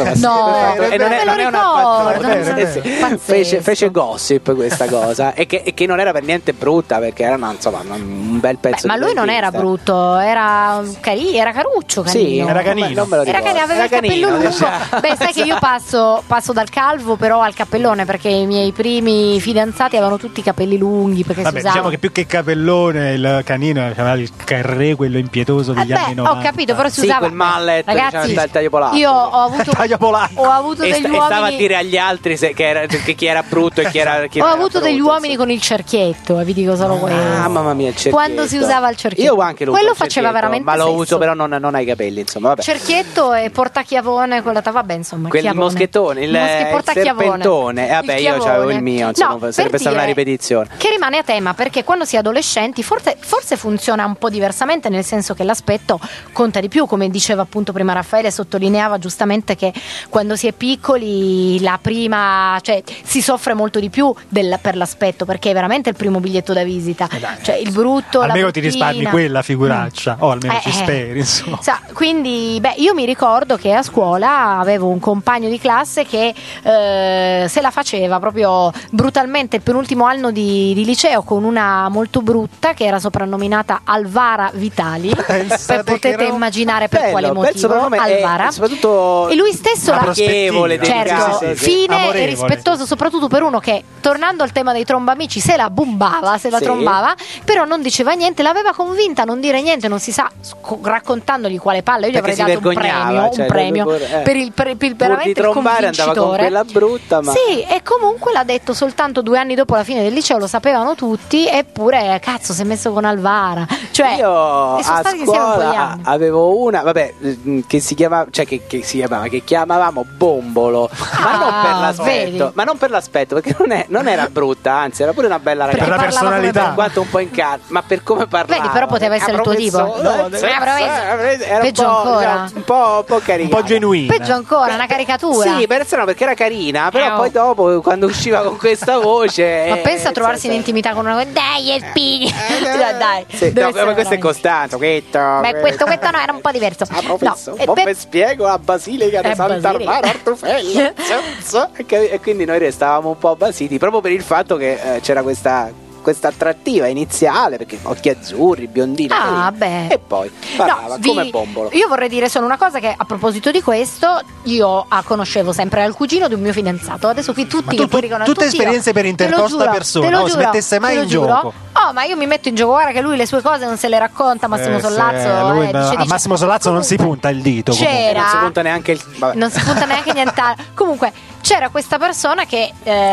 Speaker 2: insomma,
Speaker 1: no,
Speaker 2: e non è una
Speaker 1: battuta,
Speaker 2: fece gossip questa cosa e che non era per niente brutta, perché era un bel pezzo.
Speaker 1: Ma lui non era brutto, era caruccio, Canino.
Speaker 2: Sì, era Canino. Non me lo ricordo.
Speaker 1: Aveva il cappello lungo. Beh, sai che io passo dal calvo però al cappellone, perché i miei primi fidanzati avevano tutti i capelli lunghi, perché si usava.
Speaker 3: Diciamo che più che capellone il Canino aveva il carré, quello impietoso degli anni 90.
Speaker 1: Ho capito, però si usava
Speaker 2: quel mallet,
Speaker 1: ragazzi,
Speaker 2: il taglio polacco.
Speaker 1: Io ho avuto degli uomini,
Speaker 2: e stava a dire agli altri chi era brutto e chi era
Speaker 1: ho avuto degli uomini con il cerchietto, vi dico solo questo.
Speaker 2: Mamma mia, il cerchietto.
Speaker 1: Quando si usava il cerchietto.
Speaker 2: Io anche lo
Speaker 1: quello faceva veramente
Speaker 2: ma lo
Speaker 1: sesso.
Speaker 2: uso, però non ai capelli, insomma, vabbè.
Speaker 1: Cerchietto e portachiavone, vabbè, insomma,
Speaker 2: quel moschettone, il serpentone. Vabbè, io c'avevo il mio, insomma, sarebbe stata una ripetizione.
Speaker 1: Che rimane a tema, perché quando si è adolescenti forse funziona un po' diversamente, nel senso che l'aspetto conta di più, come diceva appunto prima Raffaele, sottolineava giustamente che quando si è piccoli si soffre molto di più per l'aspetto, perché è veramente il primo biglietto da visita, cioè il brutto,
Speaker 3: almeno
Speaker 1: la
Speaker 3: ti risparmi quella figuraccia, o almeno ci speri, insomma.
Speaker 1: Quindi io mi ricordo che a scuola avevo un compagno di classe che se la faceva proprio brutalmente il penultimo anno di liceo con una molto brutta che era soprannominata Alvara Vitali. Potete immaginare per quale motivo. Alvara, e lui stesso fine e rispettoso, soprattutto per uno che, tornando al tema dei trombamici, se la trombava, però non diceva niente, l'aveva convinta a non dire niente, non si sa, raccontandogli quale palla. Io gli avrei dato un premio per il veramente il convincitore.
Speaker 2: Andava con quella brutta, ma
Speaker 1: sì, e comunque l'ha detto soltanto 2 anni dopo la fine del liceo, lo sapevano tutti, eppure cazzo si è messo con Alvara. Cioè,
Speaker 2: io a scuola avevo una, che si chiamava, che chiamavamo Bombolo, ma non per l'aspetto, perché non era brutta, anzi era pure una bella ragazza,
Speaker 3: per la personalità,
Speaker 2: per quanto un po' in ma per come parlava.
Speaker 1: Vedi, però poteva essere il tuo tipo.
Speaker 2: Era
Speaker 1: peggio ancora,
Speaker 2: un po' carina,
Speaker 3: un po' genuina,
Speaker 1: peggio ancora, una caricatura.
Speaker 2: Sì, perché era carina, però poi dopo, quando usciva con questa voce,
Speaker 1: ma pensa a trovarsi in intimità con una dai Espini, dai,
Speaker 2: ma questo è Costanzo, questo
Speaker 1: no, era un po' diverso.
Speaker 2: Mi spiego la basilica di Sant'Armaro Artufello. E quindi noi restavamo un po' basiti proprio per il fatto che c'era questa attrattiva iniziale, perché occhi azzurri, biondina, e poi parlava come Bombolo.
Speaker 1: Io vorrei dire solo una cosa, che a proposito di questo, io conoscevo sempre il cugino di un mio fidanzato. Adesso qui tutti
Speaker 3: tutte esperienze per interposta persona, non si mettesse mai in gioco.
Speaker 1: Ma io mi metto in gioco, guarda che lui le sue cose non se le racconta Massimo Sollazzo.
Speaker 3: A Massimo Sollazzo non si punta il dito,
Speaker 2: non si punta neanche
Speaker 1: nient'altro. Comunque c'era questa persona che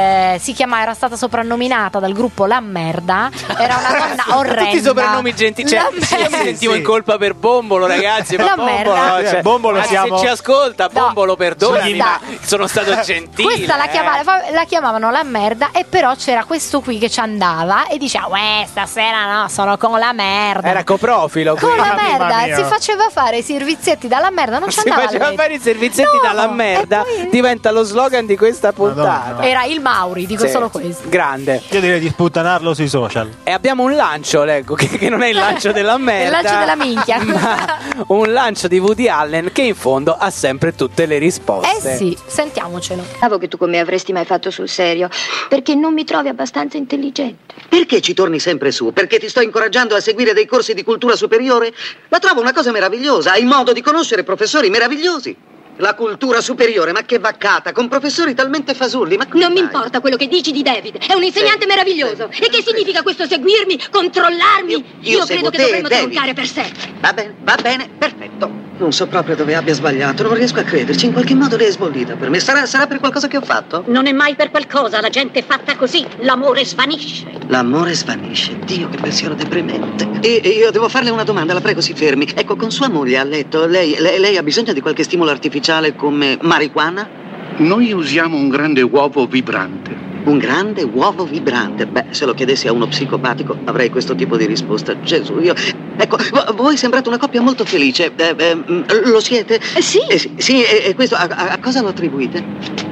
Speaker 1: era stata soprannominata dal gruppo La Merda, era una donna orrenda.
Speaker 2: Tutti i soprannomi gentili, io mi sentivo in colpa per Bombolo, ragazzi, ma Bombolo, se ci ascolta, Bombolo, perdonami, ma sono stato gentile.
Speaker 1: Questa la chiamavano La Merda, e però c'era questo qui che ci andava e diceva stasera no, sono con La Merda.
Speaker 2: Era coprofilo
Speaker 1: con La Merda, si faceva fare i servizietti dalla merda, non ci andava.
Speaker 2: Si faceva fare i servizietti dalla merda, diventa lo slogan di questa puntata.
Speaker 1: Madonna. Era il Mauri, dico solo questo.
Speaker 2: Grande.
Speaker 3: Io direi di sputtanarlo sui social.
Speaker 2: E abbiamo un lancio, leggo, che non è il lancio della merda,
Speaker 1: il lancio della minchia,
Speaker 2: ma un lancio di Woody Allen che in fondo ha sempre tutte le risposte.
Speaker 1: Sì, sentiamocelo.
Speaker 12: Pensavo che tu con me avresti mai fatto sul serio, perché non mi trovi abbastanza intelligente.
Speaker 14: Perché ci torni sempre su? Perché ti sto incoraggiando a seguire dei corsi di cultura superiore? La trovo una cosa meravigliosa, hai modo di conoscere professori meravigliosi. La cultura superiore, ma che vaccata, con professori talmente fasulli, ma
Speaker 12: non mi importa quello che dici di David, è un insegnante meraviglioso. E che significa questo seguirmi, controllarmi? Io credo che dovremmo troncare per sempre.
Speaker 14: Va bene, perfetto. Non so proprio dove abbia sbagliato, non riesco a crederci, in qualche modo lei è sbollita per me. Sarà per qualcosa che ho fatto?
Speaker 12: Non è mai per qualcosa, la gente è fatta così, l'amore svanisce.
Speaker 14: L'amore svanisce, Dio che pensiero deprimente. Io devo farle una domanda, la prego si fermi. Ecco, con sua moglie a letto, lei ha bisogno di qualche stimolo artificiale come marijuana?
Speaker 15: Noi usiamo un grande uovo vibrante.
Speaker 14: Un grande uovo vibrante? Beh, se lo chiedessi a uno psicopatico avrei questo tipo di risposta. Gesù, Ecco, voi sembrate una coppia molto felice. Lo siete?
Speaker 12: Sì.
Speaker 14: Sì, e questo a cosa lo attribuite?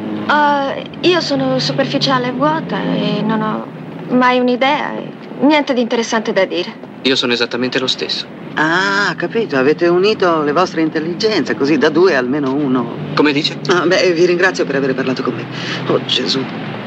Speaker 12: Io sono superficiale e vuota e non ho mai un'idea, niente di interessante da dire.
Speaker 16: Io sono esattamente lo stesso.
Speaker 14: Ah, capito, avete unito le vostre intelligenze, così da 2 almeno 1.
Speaker 16: Come dice?
Speaker 14: Ah, beh, vi ringrazio per aver parlato con me. Oh, Gesù.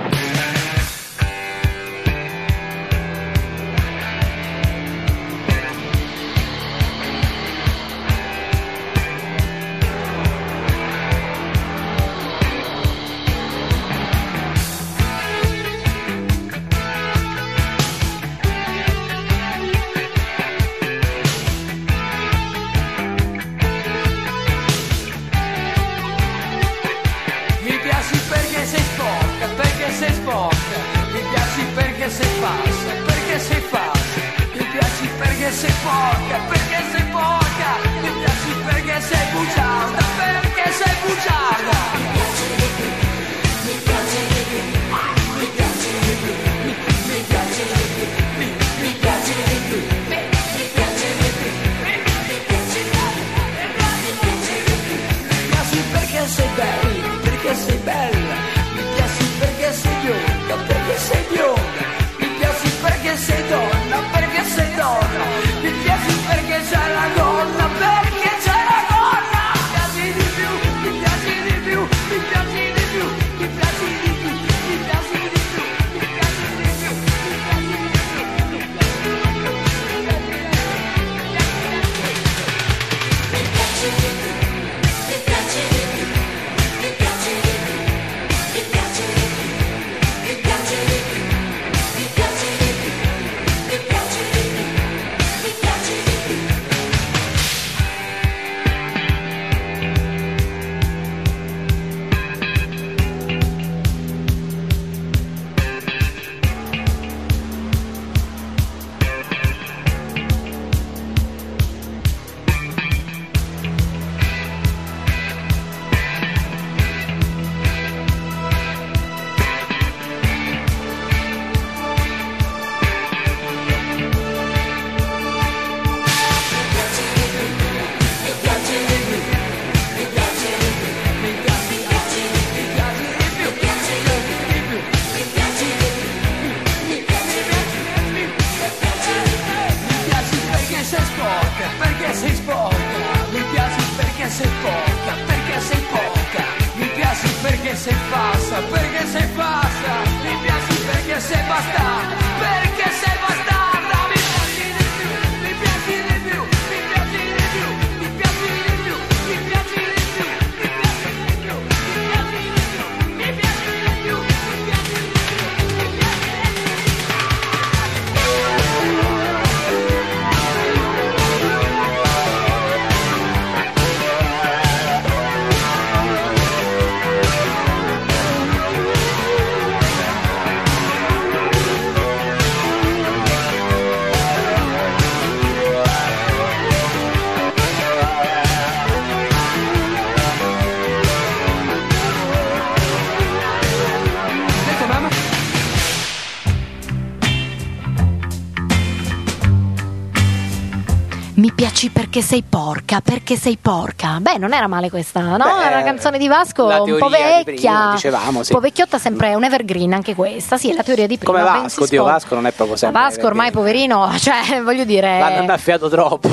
Speaker 1: Mi piaci perché sei porca, perché sei porca. Beh, non era male questa, no? Beh, era una canzone di Vasco un po' vecchia, prima, dicevamo, sì. Un po' vecchiotta, sempre un evergreen anche questa. Sì, è la teoria di prima.
Speaker 2: Come Vasco, Dio, Vasco non è proprio sempre
Speaker 1: Vasco ormai poverino, cioè voglio dire,
Speaker 2: l'hanno annaffiato troppo,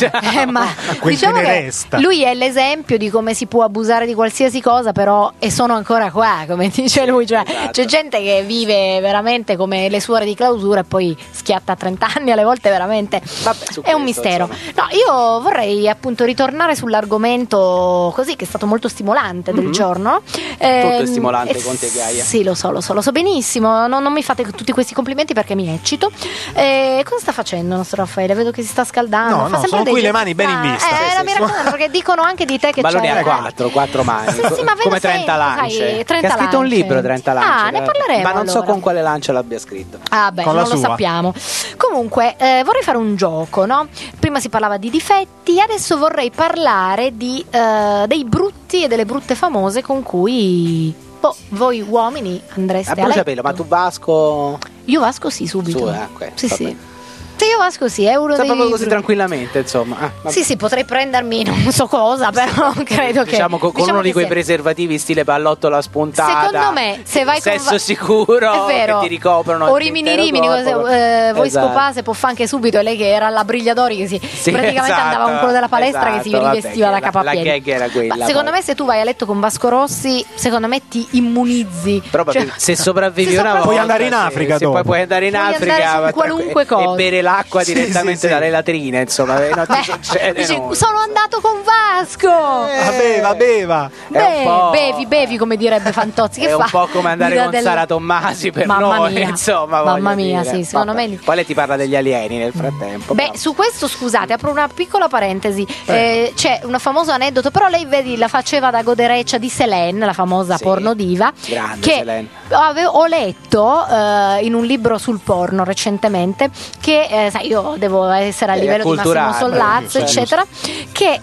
Speaker 1: ma diciamo che lui è l'esempio di come si può abusare di qualsiasi cosa, però e sono ancora qua, come dice lui, cioè esatto. C'è gente che vive veramente come le suore di clausura e poi schiatta a 30 anni alle volte, veramente. Vabbè, è un mistero. Insomma. No, io vorrei appunto ritornare sull'argomento così che è stato molto stimolante del giorno.
Speaker 2: Tutto è stimolante con te, Gaia.
Speaker 1: Sì, lo so benissimo. Non mi fate tutti questi complimenti perché mi eccito. Cosa sta facendo nostro Raffaele? Vedo che si sta scaldando.
Speaker 3: No, sono qui le mani ben in vista.
Speaker 1: Mi raccomando, perché dicono anche di te che
Speaker 2: Balloni
Speaker 1: c'è.
Speaker 2: a quattro mani.
Speaker 1: Sì, ma
Speaker 2: come 30 lance.
Speaker 1: 30
Speaker 2: che ha scritto un libro, 30 lance.
Speaker 1: Ah, ne parleremo.
Speaker 2: Ma non so con quale lancia l'abbia scritto.
Speaker 1: Ah, beh, non lo sappiamo. Comunque, vorrei fare un gioco, no? Prima si parlava di difetti, adesso vorrei parlare di dei brutti e delle brutte famose con cui voi uomini andreste a letto.
Speaker 2: Ma tu Vasco?
Speaker 1: Io Vasco sì, subito.
Speaker 2: Okay,
Speaker 1: sì. Io Vasco sì, è uno dei
Speaker 2: proprio così tranquillamente, insomma.
Speaker 1: Sì, potrei prendermi non so cosa, però credo che
Speaker 2: diciamo con uno di quei preservativi stile pallottola spuntata.
Speaker 1: Secondo me, se vai
Speaker 2: sesso con sicuro,
Speaker 1: è vero,
Speaker 2: che ti ricoprono
Speaker 1: o rimini voi scopase può fa anche subito, e lei che era alla Brigliadori che praticamente andava con quello della palestra che si rivestiva da capo a piedi.
Speaker 2: La gag era quella.
Speaker 1: Ma secondo me se tu vai a letto con Vasco Rossi, secondo me ti immunizzi.
Speaker 2: Però se sopravvivi una volta
Speaker 3: puoi andare in Africa dopo.
Speaker 2: Poi puoi andare in Africa
Speaker 1: qualunque cosa
Speaker 2: e bere l'acqua direttamente dalle latrine, insomma, non ti succede.
Speaker 1: Sono andato con Vasco.
Speaker 3: Beva.
Speaker 1: Bevi come direbbe Fantozzi. Che
Speaker 2: è
Speaker 1: fa?
Speaker 2: Un po' come andare con Sara Tommasi per noi, insomma.
Speaker 1: Mamma mia, sì, secondo me.
Speaker 2: Poi lei ti parla degli alieni nel frattempo.
Speaker 1: Su questo scusate, apro una piccola parentesi. C'è un famoso aneddoto, però lei vedi la faceva da godereccia di Selene, la famosa pornodiva.
Speaker 2: Grande
Speaker 1: che
Speaker 2: Selene.
Speaker 1: Ho letto in un libro sul porno recentemente che sai, io devo essere a livello di Massimo Sollazzo, eccetera, che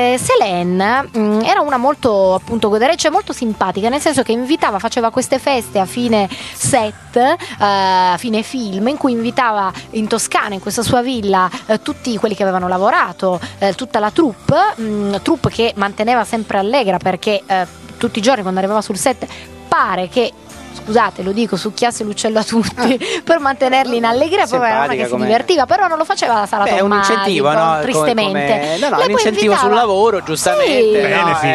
Speaker 1: Selene era una molto appunto godereccia, molto simpatica, nel senso che faceva queste feste a fine set, a fine film, in cui invitava in Toscana, in questa sua villa, tutti quelli che avevano lavorato, tutta la troupe che manteneva sempre allegra, perché tutti i giorni quando arrivava sul set pare che, scusate, lo dico, succhiasse l'uccello a tutti per mantenerli in allegria. Poi era una che si divertiva, però non lo faceva la Sara Tommasi.
Speaker 2: È un incentivo, no?
Speaker 1: Tristemente.
Speaker 2: No, un incentivo sul lavoro, giustamente.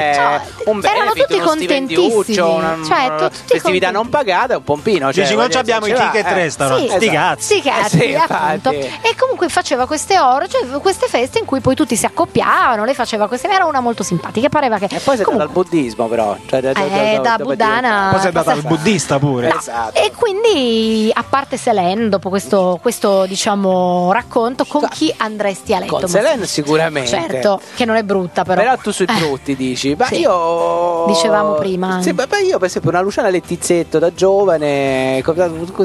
Speaker 1: Erano tutti contentissimi.
Speaker 2: Festività non pagata, un pompino.
Speaker 3: Dici, non abbiamo i ticket restaurant. Sti cazzi,
Speaker 1: appunto. E comunque faceva queste ore, cioè queste feste in cui poi tutti si accoppiavano. Lei faceva queste, era una molto simpatica. Pareva che.
Speaker 2: E poi sei andata al buddismo, però.
Speaker 1: Da buddana.
Speaker 3: Poi sei andata al buddista pure.
Speaker 2: Esatto.
Speaker 1: E quindi, a parte Selene, dopo questo diciamo racconto, con chi andresti a letto?
Speaker 2: Con Selene sicuramente.
Speaker 1: Certo, che non è brutta però.
Speaker 2: Però tu sui brutti dici, ma io
Speaker 1: dicevamo prima.
Speaker 2: Sì, io per esempio una Luciana Lettizzetto da giovane, con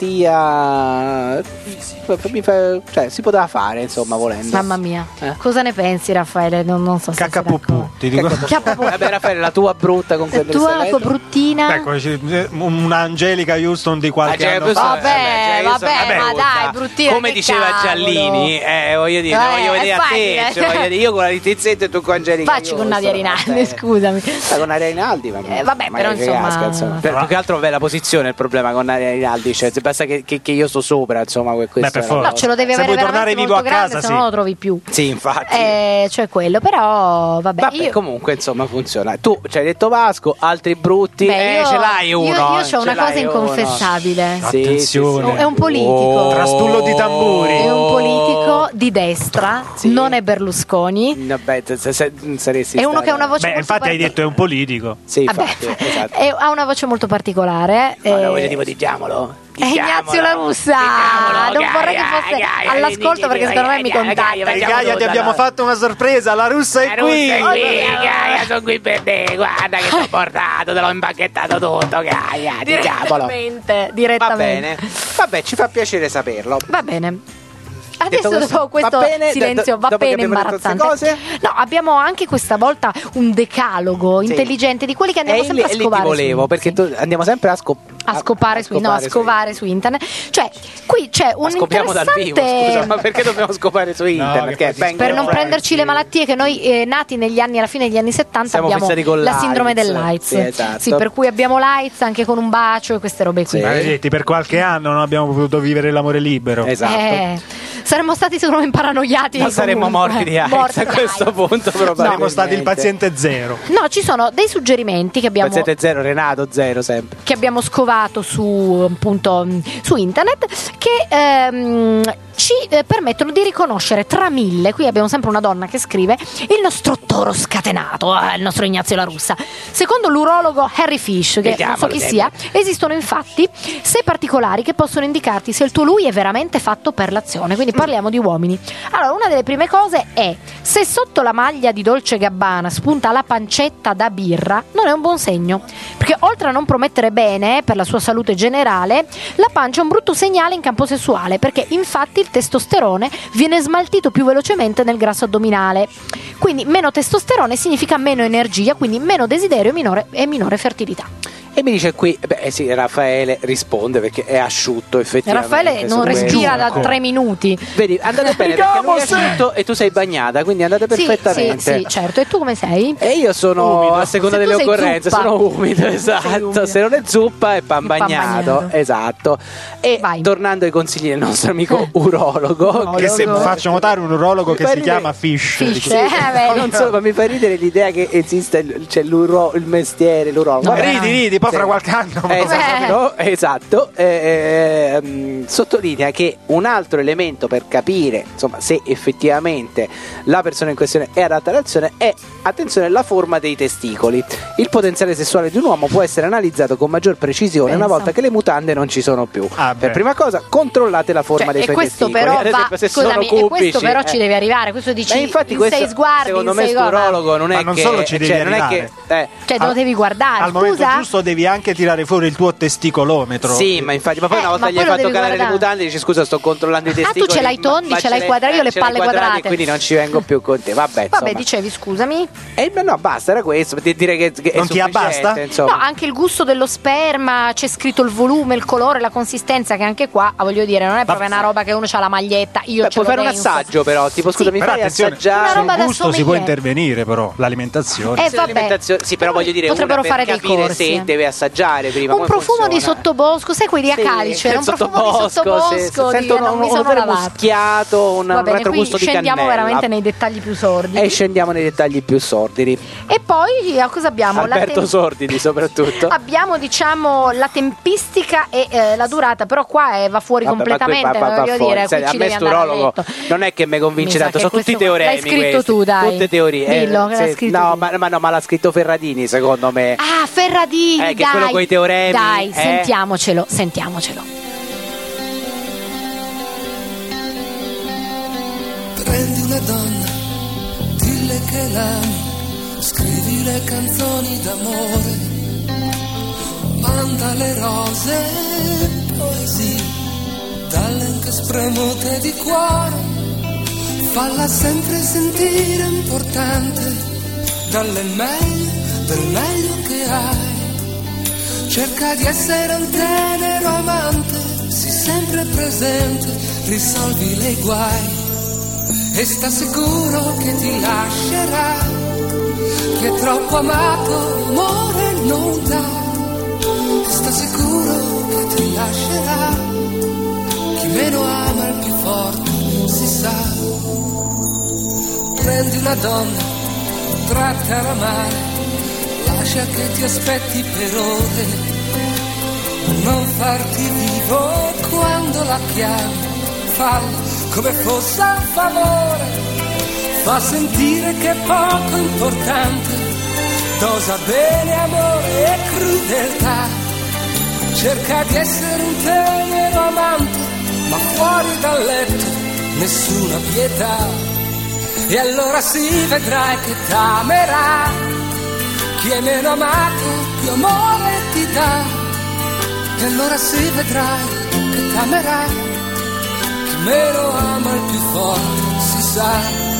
Speaker 2: simpatia, si poteva fare, insomma, volendo.
Speaker 1: Mamma mia. Cosa ne pensi, Raffaele? Non so se
Speaker 3: Cacapupù, ti dico.
Speaker 2: Vabbè, Raffaele, la tua brutta con quelle
Speaker 1: la tua bruttina.
Speaker 3: Ecco, un'Angelica Houston di qualche anno fa.
Speaker 1: Vabbè, ma dai, bruttina.
Speaker 2: Come diceva Giallini, voglio vedere a te, io con la Lettizzetto e tu con Angelica.
Speaker 1: Facci con Nadia Rinaldi, scusami.
Speaker 2: Con Nadia Rinaldi,
Speaker 1: vabbè, però insomma.
Speaker 2: Più che altro la posizione è il problema con Nadia Rinaldi, cioè basta che io sto sopra, insomma, questo.
Speaker 1: No, ce lo devi avere veramente molto grande, se no non lo trovi più.
Speaker 2: Sì, infatti.
Speaker 1: Cioè quello, però vabbè,
Speaker 2: comunque insomma funziona. Tu ci hai detto Vasco, altri brutti, ce l'hai uno.
Speaker 1: Io ho una cosa inconfessabile.
Speaker 3: Attenzione.
Speaker 1: È un politico.
Speaker 3: Trastullo di tamburi.
Speaker 1: È un politico di destra, non è Berlusconi.
Speaker 2: Vabbè, saresti
Speaker 1: è uno che ha una voce molto
Speaker 3: infatti hai detto è un politico.
Speaker 2: Sì, infatti, esatto.
Speaker 1: Ha una voce molto particolare.
Speaker 2: Diciamolo.
Speaker 1: Ignazio La Russa, non vorrei che fosse all'ascolto perché secondo me mi contatta.
Speaker 3: Gaia, ti abbiamo fatto una sorpresa, La Russa è qui.
Speaker 2: Gaia, sono qui per te, guarda che ti ho portato, te l'ho impacchettato tutto, Gaia, diciamolo.
Speaker 1: Direttamente.
Speaker 2: Vabbè, ci fa piacere saperlo.
Speaker 1: Va bene. Adesso dopo questo silenzio va bene imbarazzante. No, abbiamo anche questa volta un decalogo intelligente di quelli che andiamo sempre a scovare.
Speaker 2: Ti volevo, perché andiamo sempre a
Speaker 1: scovare su internet. Cioè, qui c'è un
Speaker 2: scopriamo dal vivo, scusa, ma perché dobbiamo scopare su internet?
Speaker 1: Per non prenderci le malattie che noi nati alla fine degli anni 70 abbiamo la sindrome dell'AIDS. Sì, per cui abbiamo l'AIDS anche con un bacio e queste robe qui.
Speaker 3: Maledetti, per qualche anno non abbiamo potuto vivere l'amore libero.
Speaker 2: Esatto.
Speaker 1: Saremmo stati sicuramente paranoiati.
Speaker 2: Non saremmo morti di AIDS a questo punto, probabilmente.
Speaker 3: Saremmo stati il paziente zero.
Speaker 1: No, ci sono dei suggerimenti che abbiamo.
Speaker 2: Paziente zero, Renato zero sempre.
Speaker 1: Che abbiamo scovato su internet che ci permettono di riconoscere tra mille, qui abbiamo sempre una donna che scrive, il nostro toro scatenato, il nostro Ignazio La Russa. Secondo l'urologo Harry Fish, che non so chi sia, esistono infatti 6 particolari che possono indicarti se il tuo lui è veramente fatto per l'azione, quindi parliamo di uomini. Allora, una delle prime cose è: se sotto la maglia di Dolce & Gabbana spunta la pancetta da birra, non è un buon segno, perché oltre a non promettere bene per la sua salute generale, la pancia è un brutto segnale in campo sessuale, perché infatti il testosterone viene smaltito più velocemente nel grasso addominale. Quindi meno testosterone significa meno energia, quindi meno desiderio e minore fertilità.
Speaker 2: E mi dice qui, sì, Raffaele risponde perché è asciutto effettivamente.
Speaker 1: Raffaele non respira da 3 minuti.
Speaker 2: Vedi, andate bene perché lui è asciutto e tu sei bagnata, quindi andate perfettamente.
Speaker 1: Sì, certo. E tu come sei?
Speaker 2: E io sono
Speaker 1: umido.
Speaker 2: a seconda delle occorrenze, sono umido, esatto. Se non è zuppa è pan bagnato, esatto. E tornando ai consigli del nostro amico urologo,
Speaker 3: che se faccio notare un urologo che si chiama Fish.
Speaker 2: Non solo, ma mi fa ridere l'idea che esiste, c'è il mestiere, l'urologo.
Speaker 3: Ridi, poi fra qualche anno.
Speaker 2: Esatto. Sottolinea che un altro elemento per capire, insomma, se effettivamente la persona in questione è adatta all'azione è, attenzione, la forma dei testicoli. Il potenziale sessuale di un uomo può essere analizzato con maggior precisione una volta che le mutande non ci sono più. Per prima cosa, controllate la forma dei suoi testicoli.
Speaker 1: Però
Speaker 2: ad esempio, se sono cubici,
Speaker 1: e questo però ci deve arrivare. Questo dici
Speaker 2: infatti
Speaker 1: in
Speaker 2: questo,
Speaker 1: 6 sguardi,
Speaker 2: secondo me urologo non è
Speaker 3: non
Speaker 2: che
Speaker 3: solo ci devi arrivare.
Speaker 1: Cioè lo devi guardare.
Speaker 3: Al momento giusto devi anche tirare fuori il tuo testicolometro.
Speaker 2: Sì, ma infatti, ma poi una volta gli hai fatto calare le mutande, dici scusa, sto controllando i testicoli.
Speaker 1: Tu ce l'hai tondi, ce l'hai quadrati, io le palle quadrate.
Speaker 2: Quindi non ci vengo più con te. Vabbè,
Speaker 1: dicevi, scusami.
Speaker 2: No, basta, era questo. Dire che
Speaker 3: non ti abbasta?
Speaker 2: Insomma.
Speaker 1: No, anche il gusto dello sperma, c'è scritto il volume, il colore, la consistenza, che anche qua, voglio dire, non è proprio una roba che uno c'ha la maglietta.
Speaker 2: Puoi fare un assaggio, però, tipo scusa, mi fai assaggiare.
Speaker 3: Sul gusto si può intervenire, però l'alimentazione.
Speaker 2: Sì, però voglio dire,
Speaker 1: potrebbero fare dei corsi.
Speaker 2: Se deve assaggiare prima.
Speaker 1: Un profumo di sottobosco, sai quelli a calce, un profumo di sottobosco.
Speaker 2: Sento un odore muschiato, un retrogusto di cannella.
Speaker 1: Scendiamo veramente nei dettagli più sordidi.
Speaker 2: Scendiamo nei dettagli più sordidi.
Speaker 1: E poi cosa abbiamo?
Speaker 2: Alberto Sordidi soprattutto.
Speaker 1: Abbiamo, diciamo, la tempistica e la durata, però qua va fuori completamente, voglio dire, qui ci devi andare a letto.
Speaker 2: Non è che mi convince tanto, sono tutti teoremi.
Speaker 1: L'hai scritto tu, dai.
Speaker 2: Tutte teorie.
Speaker 1: Dillo, che l'hai scritto tu.
Speaker 2: Ma l'ha scritto Ferradini, secondo me.
Speaker 1: Ah, Ferradini,
Speaker 2: che è quello con i teoremi.
Speaker 1: Dai, sentiamocelo.
Speaker 9: Prendi una donna, dille che l'ami, scrivi le canzoni d'amore, manda le rose, poesie, talent spremute di cuore, falla sempre sentire importante, dalle meglio, del meglio che hai, cerca di essere un tenero amante, sii sempre presente, risolvi le guai. E sta sicuro che ti lascerà, chi è troppo amato amore non dà. E sta sicuro che ti lascerà, chi meno ama il più forte si sa. Prendi una donna, trattala a male, lascia che ti aspetti per ore, non farti vivo quando la chiami, fallo come fosse un favore, fa sentire che è poco importante, dosa bene amore e crudeltà, cerca di essere un tenero amante, ma fuori dal letto nessuna pietà, e allora si vedrai che t'amerà, chi è meno amato più amore ti dà, e allora si vedrai che t'amerà, meno ama il più forte si sa.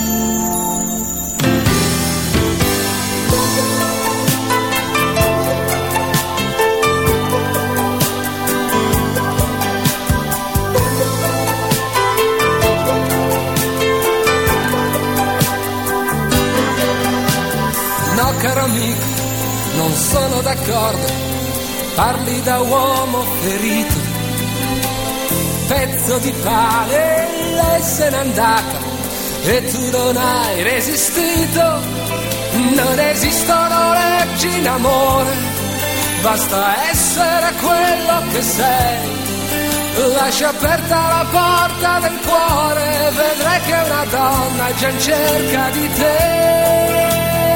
Speaker 9: No, caro amico, non sono d'accordo, parli da uomo ferito, pezzo di pane, lei se n'è andata e tu non hai resistito. Non esistono leggi in amore, basta essere quello che sei. Lascia aperta la porta del cuore, vedrai che una donna è già in cerca di te.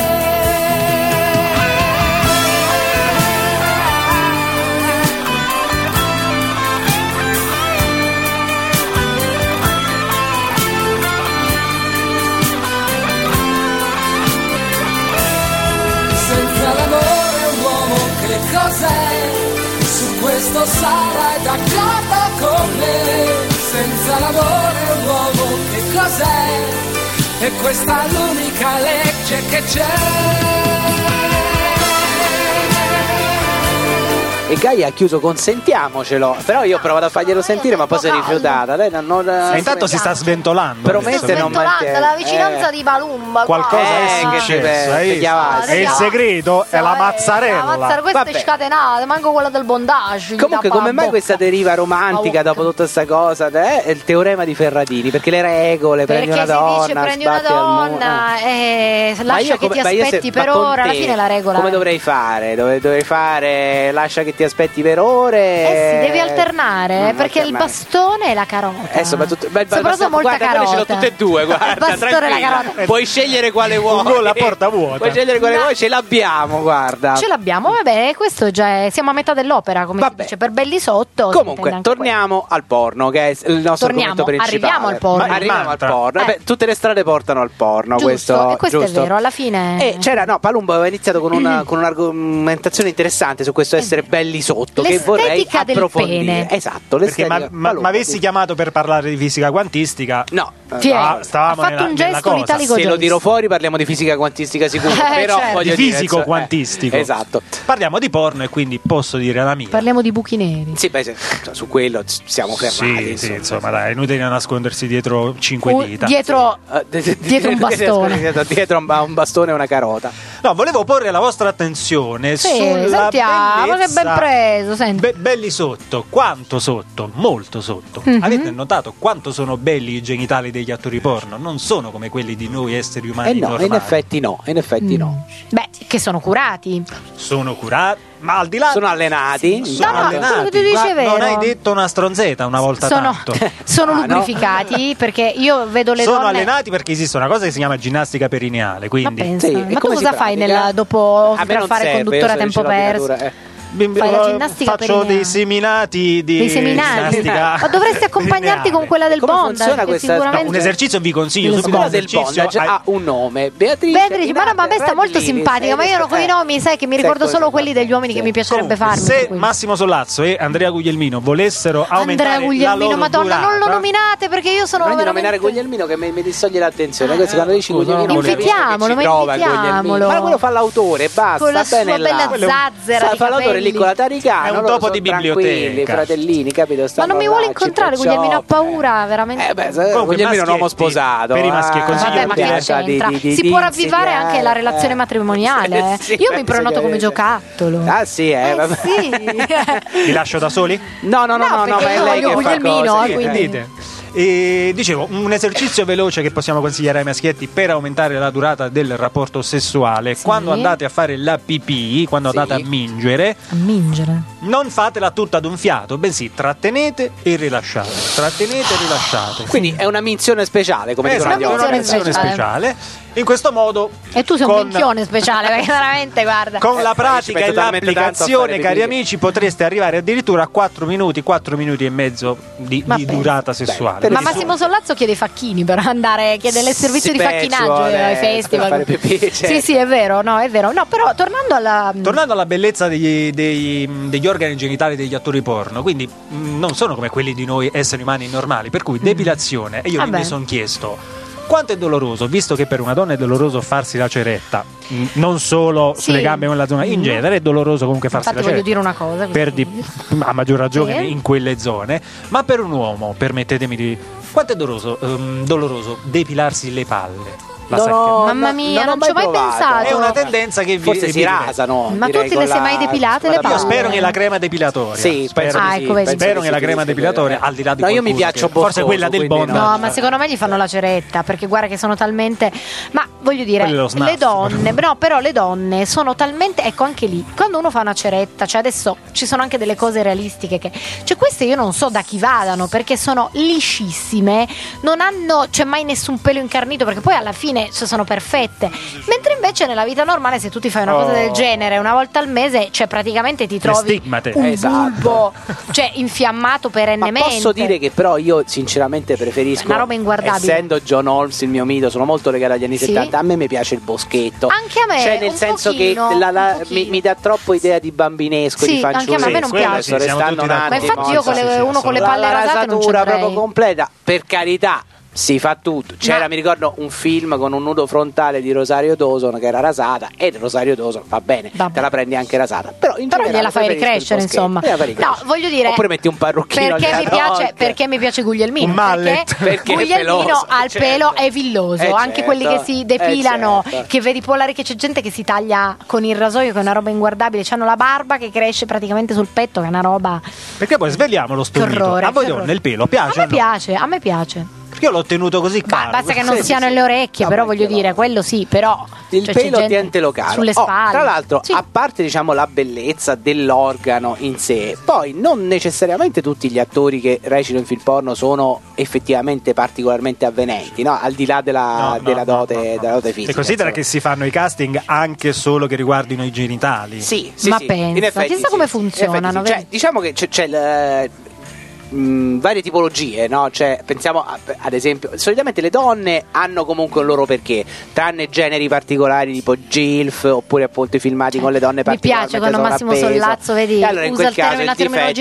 Speaker 9: Cos'è? Su questo sarai d'accordo con me. Senza l'amore un uomo che cos'è? E questa è l'unica legge che c'è.
Speaker 2: E Gaia ha chiuso consentiamocelo, però io ho provato a farglielo sentire ma poi si è rifiutata. Lei
Speaker 3: intanto si sta sventolando.
Speaker 2: Promette non mantiene.
Speaker 1: La vicinanza di Palumba.
Speaker 3: Qualcosa è successo. E il segreto è la mazzarella.
Speaker 1: Questa è scatenata, manco quella del bondage.
Speaker 2: Comunque come mai questa deriva romantica dopo tutta questa cosa? È il teorema di Ferradini, perché le regole, prendi una donna,
Speaker 1: dice, prendi una donna e lascia che ti aspetti per ore, alla fine la regola.
Speaker 2: Come dovrei fare? Dovrei fare lascia che ti aspetti per ore.
Speaker 1: Sì, devi alternare, perché il bastone e la carota.
Speaker 2: Soprattutto
Speaker 1: molta
Speaker 2: guarda,
Speaker 1: carota.
Speaker 2: Ce l'ho tutte e due, guarda.
Speaker 1: Il bastone e la carota.
Speaker 2: Puoi scegliere quale vuoi.
Speaker 3: Con la porta vuota.
Speaker 2: Puoi scegliere quale vuoi, ce l'abbiamo, guarda.
Speaker 1: Ce l'abbiamo, vabbè, questo già è, siamo a metà dell'opera, come si dice, per belli sotto.
Speaker 2: Comunque, torniamo al porno, che è il nostro argomento principale. Arriviamo al porno. Tutte le strade portano al porno,
Speaker 1: giusto,
Speaker 2: questo
Speaker 1: è vero, alla fine.
Speaker 2: Palumbo aveva iniziato con un'argomentazione interessante su questo essere belli sotto, che vorrei approfondire.
Speaker 1: Del pene.
Speaker 2: Esatto,
Speaker 3: perché ma avessi chiamato per parlare di fisica quantistica?
Speaker 2: No.
Speaker 3: Stavamo
Speaker 1: ha fatto un gesto l'italico.
Speaker 2: Se lo dirò fuori parliamo di fisica quantistica sicuro, però
Speaker 1: certo.
Speaker 2: voglio
Speaker 3: di fisico quantistico.
Speaker 2: Esatto.
Speaker 3: Parliamo di porno e quindi posso dire la mia.
Speaker 1: Parliamo di buchi neri.
Speaker 2: Sì, su quello siamo fermati.
Speaker 3: Sì, insomma, dai, è inutile nascondersi dietro 5 dita.
Speaker 1: Dietro un bastone.
Speaker 2: Dietro un bastone e una carota.
Speaker 3: No, volevo porre la vostra attenzione sulla
Speaker 1: sentiamo,
Speaker 3: bellezza.
Speaker 1: Che ben preso, senti.
Speaker 3: Belli sotto, quanto sotto, molto sotto. Avete notato quanto sono belli i genitali degli attori porno? Non sono come quelli di noi esseri umani normali.
Speaker 2: In effetti no.
Speaker 1: Beh, che sono curati.
Speaker 3: Sono curati, ma al di là
Speaker 2: sono allenati.
Speaker 3: Non hai detto una stronzetta una volta tanto.
Speaker 1: Sono lubrificati, perché io vedo le donne.
Speaker 3: Sono allenati perché esiste una cosa che si chiama ginnastica perineale, quindi.
Speaker 1: Ma pensa, ma tu cosa fai dopo fare conduttore a tempo perso? Fai la ginnastica
Speaker 3: faccio dei seminati di ginnastica.
Speaker 1: Ma dovresti accompagnarti con quella del bondage, sicuramente.
Speaker 3: Un esercizio vi consiglio subito.
Speaker 2: Quella del bondage ha un nome, Beatrice.
Speaker 1: Ma a me sta molto simpatica, ma io con i nomi sai che mi ricordo solo quelli degli uomini che mi piacerebbe farmi.
Speaker 3: Se Massimo Sollazzo e Andrea Guglielmino volessero aumentare la loro
Speaker 1: Madonna, non lo nominate perché io sono
Speaker 2: veramente... nominare Guglielmino che mi distoglie l'attenzione. Quando dici Guglielmino
Speaker 1: invitiamolo.
Speaker 2: Ma quello fa l'autore, basta.
Speaker 1: Con la sua bella zazzera.
Speaker 2: Fa l'autore lì con la taricana.
Speaker 3: È un topo di biblioteca.
Speaker 2: Fratellini, capito?
Speaker 1: Ma non mi vuole incontrare Guglielmino, ha paura veramente.
Speaker 2: Guglielmino è un uomo sposato.
Speaker 3: Per i maschi è così.
Speaker 1: Vabbè, ma che c'entra? Si può ravvivare anche la relazione matrimoniale. Io mi prenoto come giocattolo.
Speaker 2: Ah sì,
Speaker 1: sì.
Speaker 3: Vi lascio da soli?
Speaker 2: No, ma è lei che fa cose.
Speaker 3: Quindi e dicevo, un esercizio veloce che possiamo consigliare ai maschietti per aumentare la durata del rapporto sessuale. Quando andate a fare la pipì, quando andate a mingere, non fatela tutta d'un fiato, bensì trattenete e rilasciate.
Speaker 2: Quindi è una minzione speciale, come dicono gli
Speaker 3: una minzione speciale. In questo modo
Speaker 1: e tu sei un minchione speciale, perché veramente guarda,
Speaker 3: con la pratica e l'applicazione, cari amici, potreste arrivare addirittura a 4 minuti e mezzo di durata sessuale.
Speaker 1: Ma Massimo Sollazzo chiede i facchini per andare, chiede il servizio di facchinaggio ai festival. Sì, è vero. No, però tornando alla
Speaker 3: bellezza degli organi genitali degli attori porno, quindi non sono come quelli di noi esseri umani normali, per cui depilazione. E io mi sono chiesto quanto è doloroso, visto che per una donna è doloroso farsi la ceretta, non solo sulle gambe o nella zona, in genere è doloroso comunque farsi la ceretta.
Speaker 1: Voglio dire una cosa,
Speaker 3: a maggior ragione in quelle zone, ma per un uomo, permettetemi di... Quanto è doloroso depilarsi le palle?
Speaker 1: Mamma mia, non ci ho mai pensato.
Speaker 3: È una tendenza che
Speaker 2: forse si rasano.
Speaker 1: Ma tu te le sei mai depilate le palle?
Speaker 3: Io spero che la crema depilatoria.
Speaker 2: Sì,
Speaker 3: spero che la crema depilatoria, al di là di
Speaker 2: io mi piaccio
Speaker 3: forse quella del bondage.
Speaker 1: No, ma secondo me gli fanno la ceretta, perché guarda che sono talmente. Ma voglio dire, le donne, però le donne sono talmente. Ecco, anche lì, quando uno fa una ceretta, cioè adesso ci sono anche delle cose realistiche che. Cioè, queste io non so da chi vadano, perché sono liscissime, non hanno mai nessun pelo incarnito, perché poi alla fine sono perfette, mentre invece nella vita normale se tu ti fai una cosa del genere una volta al mese, cioè praticamente ti trovi un bulbo infiammato perennemente.
Speaker 2: Ma posso dire che però io sinceramente preferisco
Speaker 1: una roba inguardabile,
Speaker 2: essendo John Holmes il mio mito, sono molto legato agli anni 70, a me mi piace il boschetto,
Speaker 1: anche a me,
Speaker 2: cioè nel senso
Speaker 1: pochino,
Speaker 2: che mi dà troppo idea di bambinesco, di fanciullo.
Speaker 1: Anche a me non piace, ma infatti io uno con le palle rasate non ce
Speaker 2: proprio completa, per carità. si fa tutto. C'era, mi ricordo, un film con un nudo frontale di Rosario Dawson che era rasata, e Rosario Dawson va bene, te la prendi anche rasata, però
Speaker 1: gliela fai ricrescere, insomma. No, voglio dire,
Speaker 2: oppure metti un parrucchino
Speaker 1: perché mi piace Guglielmino,
Speaker 2: un mallet, perché
Speaker 1: Guglielmino ha il pelo è villoso, anche quelli che si depilano, che vedi polare, che c'è gente che si taglia con il rasoio, che è una roba inguardabile, c'hanno la barba che cresce praticamente sul petto, che è una roba.
Speaker 3: Perché poi sveliamolo sto mito. A voi donne il pelo piace?
Speaker 1: A me piace.
Speaker 3: Io l'ho tenuto così caro.
Speaker 1: Basta che non siano nelle orecchie, però voglio dire, quello sì, però
Speaker 2: il pelo tiente locale
Speaker 1: sulle spalle.
Speaker 2: Tra l'altro, a parte diciamo la bellezza dell'organo in sé, poi non necessariamente tutti gli attori che recitano in film porno sono effettivamente particolarmente avvenenti, no? Al di là della dote fisica.
Speaker 3: E considera che si fanno i casting anche solo che riguardino i genitali.
Speaker 2: Sì,
Speaker 1: ma pensa, chissà come funzionano.
Speaker 2: Cioè, diciamo che c'è varie tipologie, no? Cioè, pensiamo ad esempio, solitamente le donne hanno comunque un loro perché, tranne generi particolari tipo GILF, oppure appunto i filmati con le donne particolarmente
Speaker 1: sovrappeso. Mi piace quando Massimo Sollazzo, vedi,
Speaker 2: e allora in quel caso il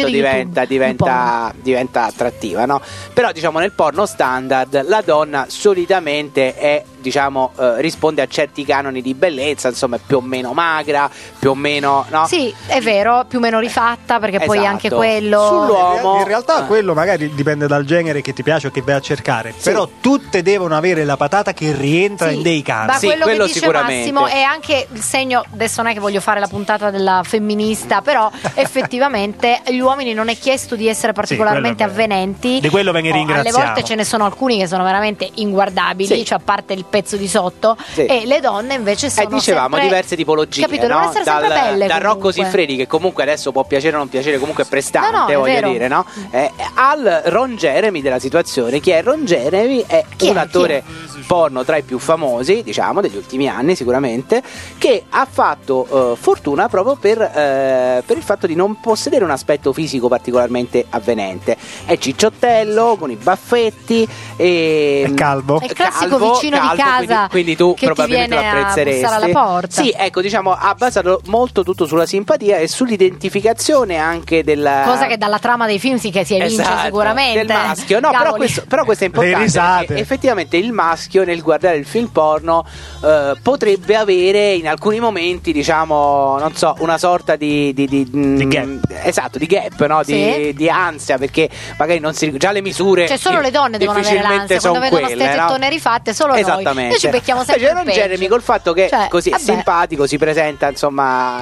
Speaker 2: difetto diventa attrattiva, no? Però diciamo nel porno standard la donna solitamente è, diciamo, risponde a certi canoni di bellezza, insomma è più o meno magra, più o meno, no?
Speaker 1: Sì, è vero, più o meno rifatta, perché poi anche quello
Speaker 3: sull'uomo in realtà quello magari dipende dal genere che ti piace o che vai a cercare, però tutte devono avere la patata che rientra in dei canoni.
Speaker 1: Ma quello che dice
Speaker 2: sicuramente.
Speaker 1: Massimo è anche il segno, adesso non è che voglio fare la puntata della femminista, però effettivamente gli uomini non è chiesto di essere particolarmente avvenenti,
Speaker 3: di quello ve ne ringraziamo.
Speaker 1: Alle volte ce ne sono alcuni che sono veramente inguardabili, cioè a parte il pezzo di sotto, e le donne invece sono
Speaker 2: dicevamo
Speaker 1: sempre,
Speaker 2: diverse tipologie,
Speaker 1: capito? Devono essere sempre belle,
Speaker 2: da Rocco Siffredi, che comunque adesso può piacere o non piacere, comunque è prestante, voglio dire, no? Al Ron Jeremy della situazione. Chi è Ron Jeremy? È un attore porno tra i più famosi, diciamo, degli ultimi anni sicuramente, che ha fatto fortuna proprio per il fatto di non possedere un aspetto fisico particolarmente avvenente. È cicciottello, con i baffetti,
Speaker 3: è calvo.
Speaker 1: È il classico vicino di casa,
Speaker 2: quindi tu
Speaker 1: che
Speaker 2: probabilmente
Speaker 1: ti
Speaker 2: lo apprezzeresti.
Speaker 1: A bussare alla porta.
Speaker 2: Sì, ecco, diciamo, ha basato molto tutto sulla simpatia e sull'identificazione anche della
Speaker 1: cosa che dalla trama dei film si evince sicuramente
Speaker 2: del maschio. No, però questo è importante, perché effettivamente il maschio nel guardare il film porno potrebbe avere in alcuni momenti, diciamo, non so, una sorta di
Speaker 3: gap.
Speaker 2: Esatto, di gap, no? Di ansia, perché magari non si già le misure,
Speaker 1: cioè solo le donne devono avere l'ansia quando vedono ste tettone rifatte, solo noi ci becchiamo sempre il peggio.
Speaker 2: Jeremy col fatto che così è simpatico, si presenta insomma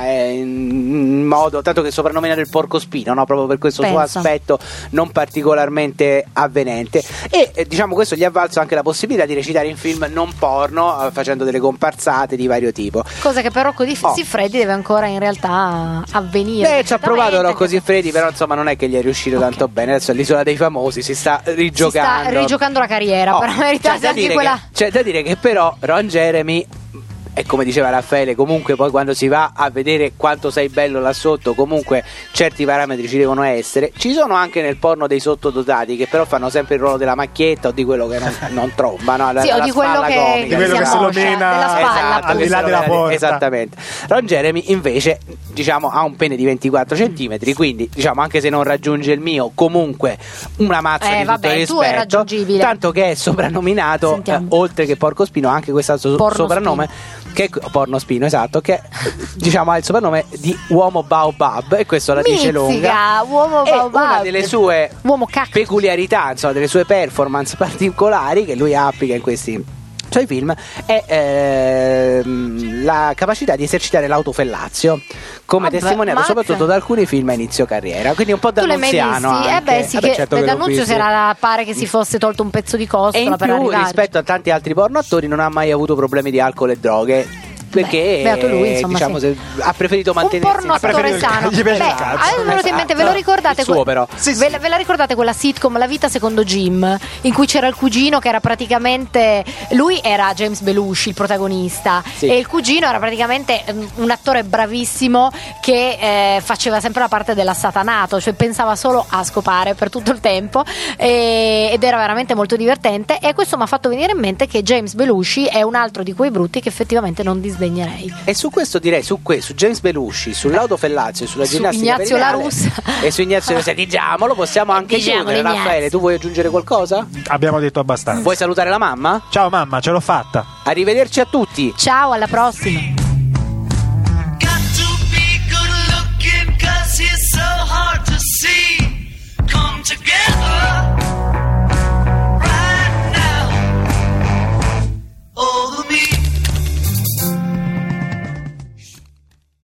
Speaker 2: in modo, tanto che soprannominato il porcospino, no? Proprio per questo suo aspetto non particolarmente avvenente, e diciamo questo gli ha valso anche la possibilità di recitare in film non porno, facendo delle comparsate di vario tipo,
Speaker 1: cosa che per Rocco Siffredi deve ancora in realtà avvenire.
Speaker 2: Ci ha provato Rocco Siffredi, però insomma non è che gli è riuscito tanto bene. Adesso all'Isola dei Famosi si sta rigiocando
Speaker 1: la carriera, per la verità,
Speaker 2: c'è da dire che però Ron Jeremy, e come diceva Raffaele, comunque poi quando si va a vedere quanto sei bello là sotto, comunque certi parametri ci devono essere. Ci sono anche nel porno dei sottodotati che però fanno sempre il ruolo della macchietta o di quello che non tromba, no?
Speaker 1: Sì, o di quello che
Speaker 3: se lo mena
Speaker 1: della spalla,
Speaker 3: al di là della porta.
Speaker 2: Esattamente. Ron Jeremy invece, diciamo, ha un pene di 24 centimetri, quindi diciamo, anche se non raggiunge il mio, comunque una mazza di tutto il rispetto, tanto che è soprannominato, oltre che porcospino, anche quest'altro soprannome che è pornospino, esatto, che diciamo ha il soprannome di uomo baobab, e questo la dice lunga.
Speaker 1: Uomo baobab.
Speaker 2: Una delle sue peculiarità, insomma, delle sue performance particolari che lui applica in questi suoi film è la capacità di esercitare l'autofellazio, come testimoniato soprattutto da alcuni film a inizio carriera, quindi un po' D'Annunziano.
Speaker 1: Certo, D'Annunzio pare che si fosse tolto un pezzo di costola,
Speaker 2: e in più rispetto a tanti altri pornoattori non ha mai avuto problemi di alcol e droghe, perché
Speaker 1: lui, insomma,
Speaker 2: diciamo, ha preferito mantenersi
Speaker 1: un pornoattore sano. Adesso me lo in mente, ve lo ricordate? Ve la ricordate quella sitcom La vita secondo Jim, in cui c'era il cugino che era praticamente, lui era James Belushi il protagonista, e il cugino era praticamente un attore bravissimo che faceva sempre la parte dell'assatanato, cioè pensava solo a scopare per tutto il tempo, ed era veramente molto divertente. E questo mi ha fatto venire in mente che James Belushi è un altro di quei brutti che effettivamente non disdegna sdegnerei.
Speaker 2: E su questo direi, su James Belushi, sull'Auto Fellazio, sulla ginnastica
Speaker 1: Ignazio La Russa
Speaker 2: e su Ignazio La Russa, diciamolo, possiamo anche chiudere. Raffaele, tu vuoi aggiungere qualcosa?
Speaker 3: Abbiamo detto abbastanza.
Speaker 2: Vuoi salutare la mamma?
Speaker 3: Ciao mamma, ce l'ho fatta.
Speaker 2: Arrivederci a tutti.
Speaker 1: Ciao, alla prossima.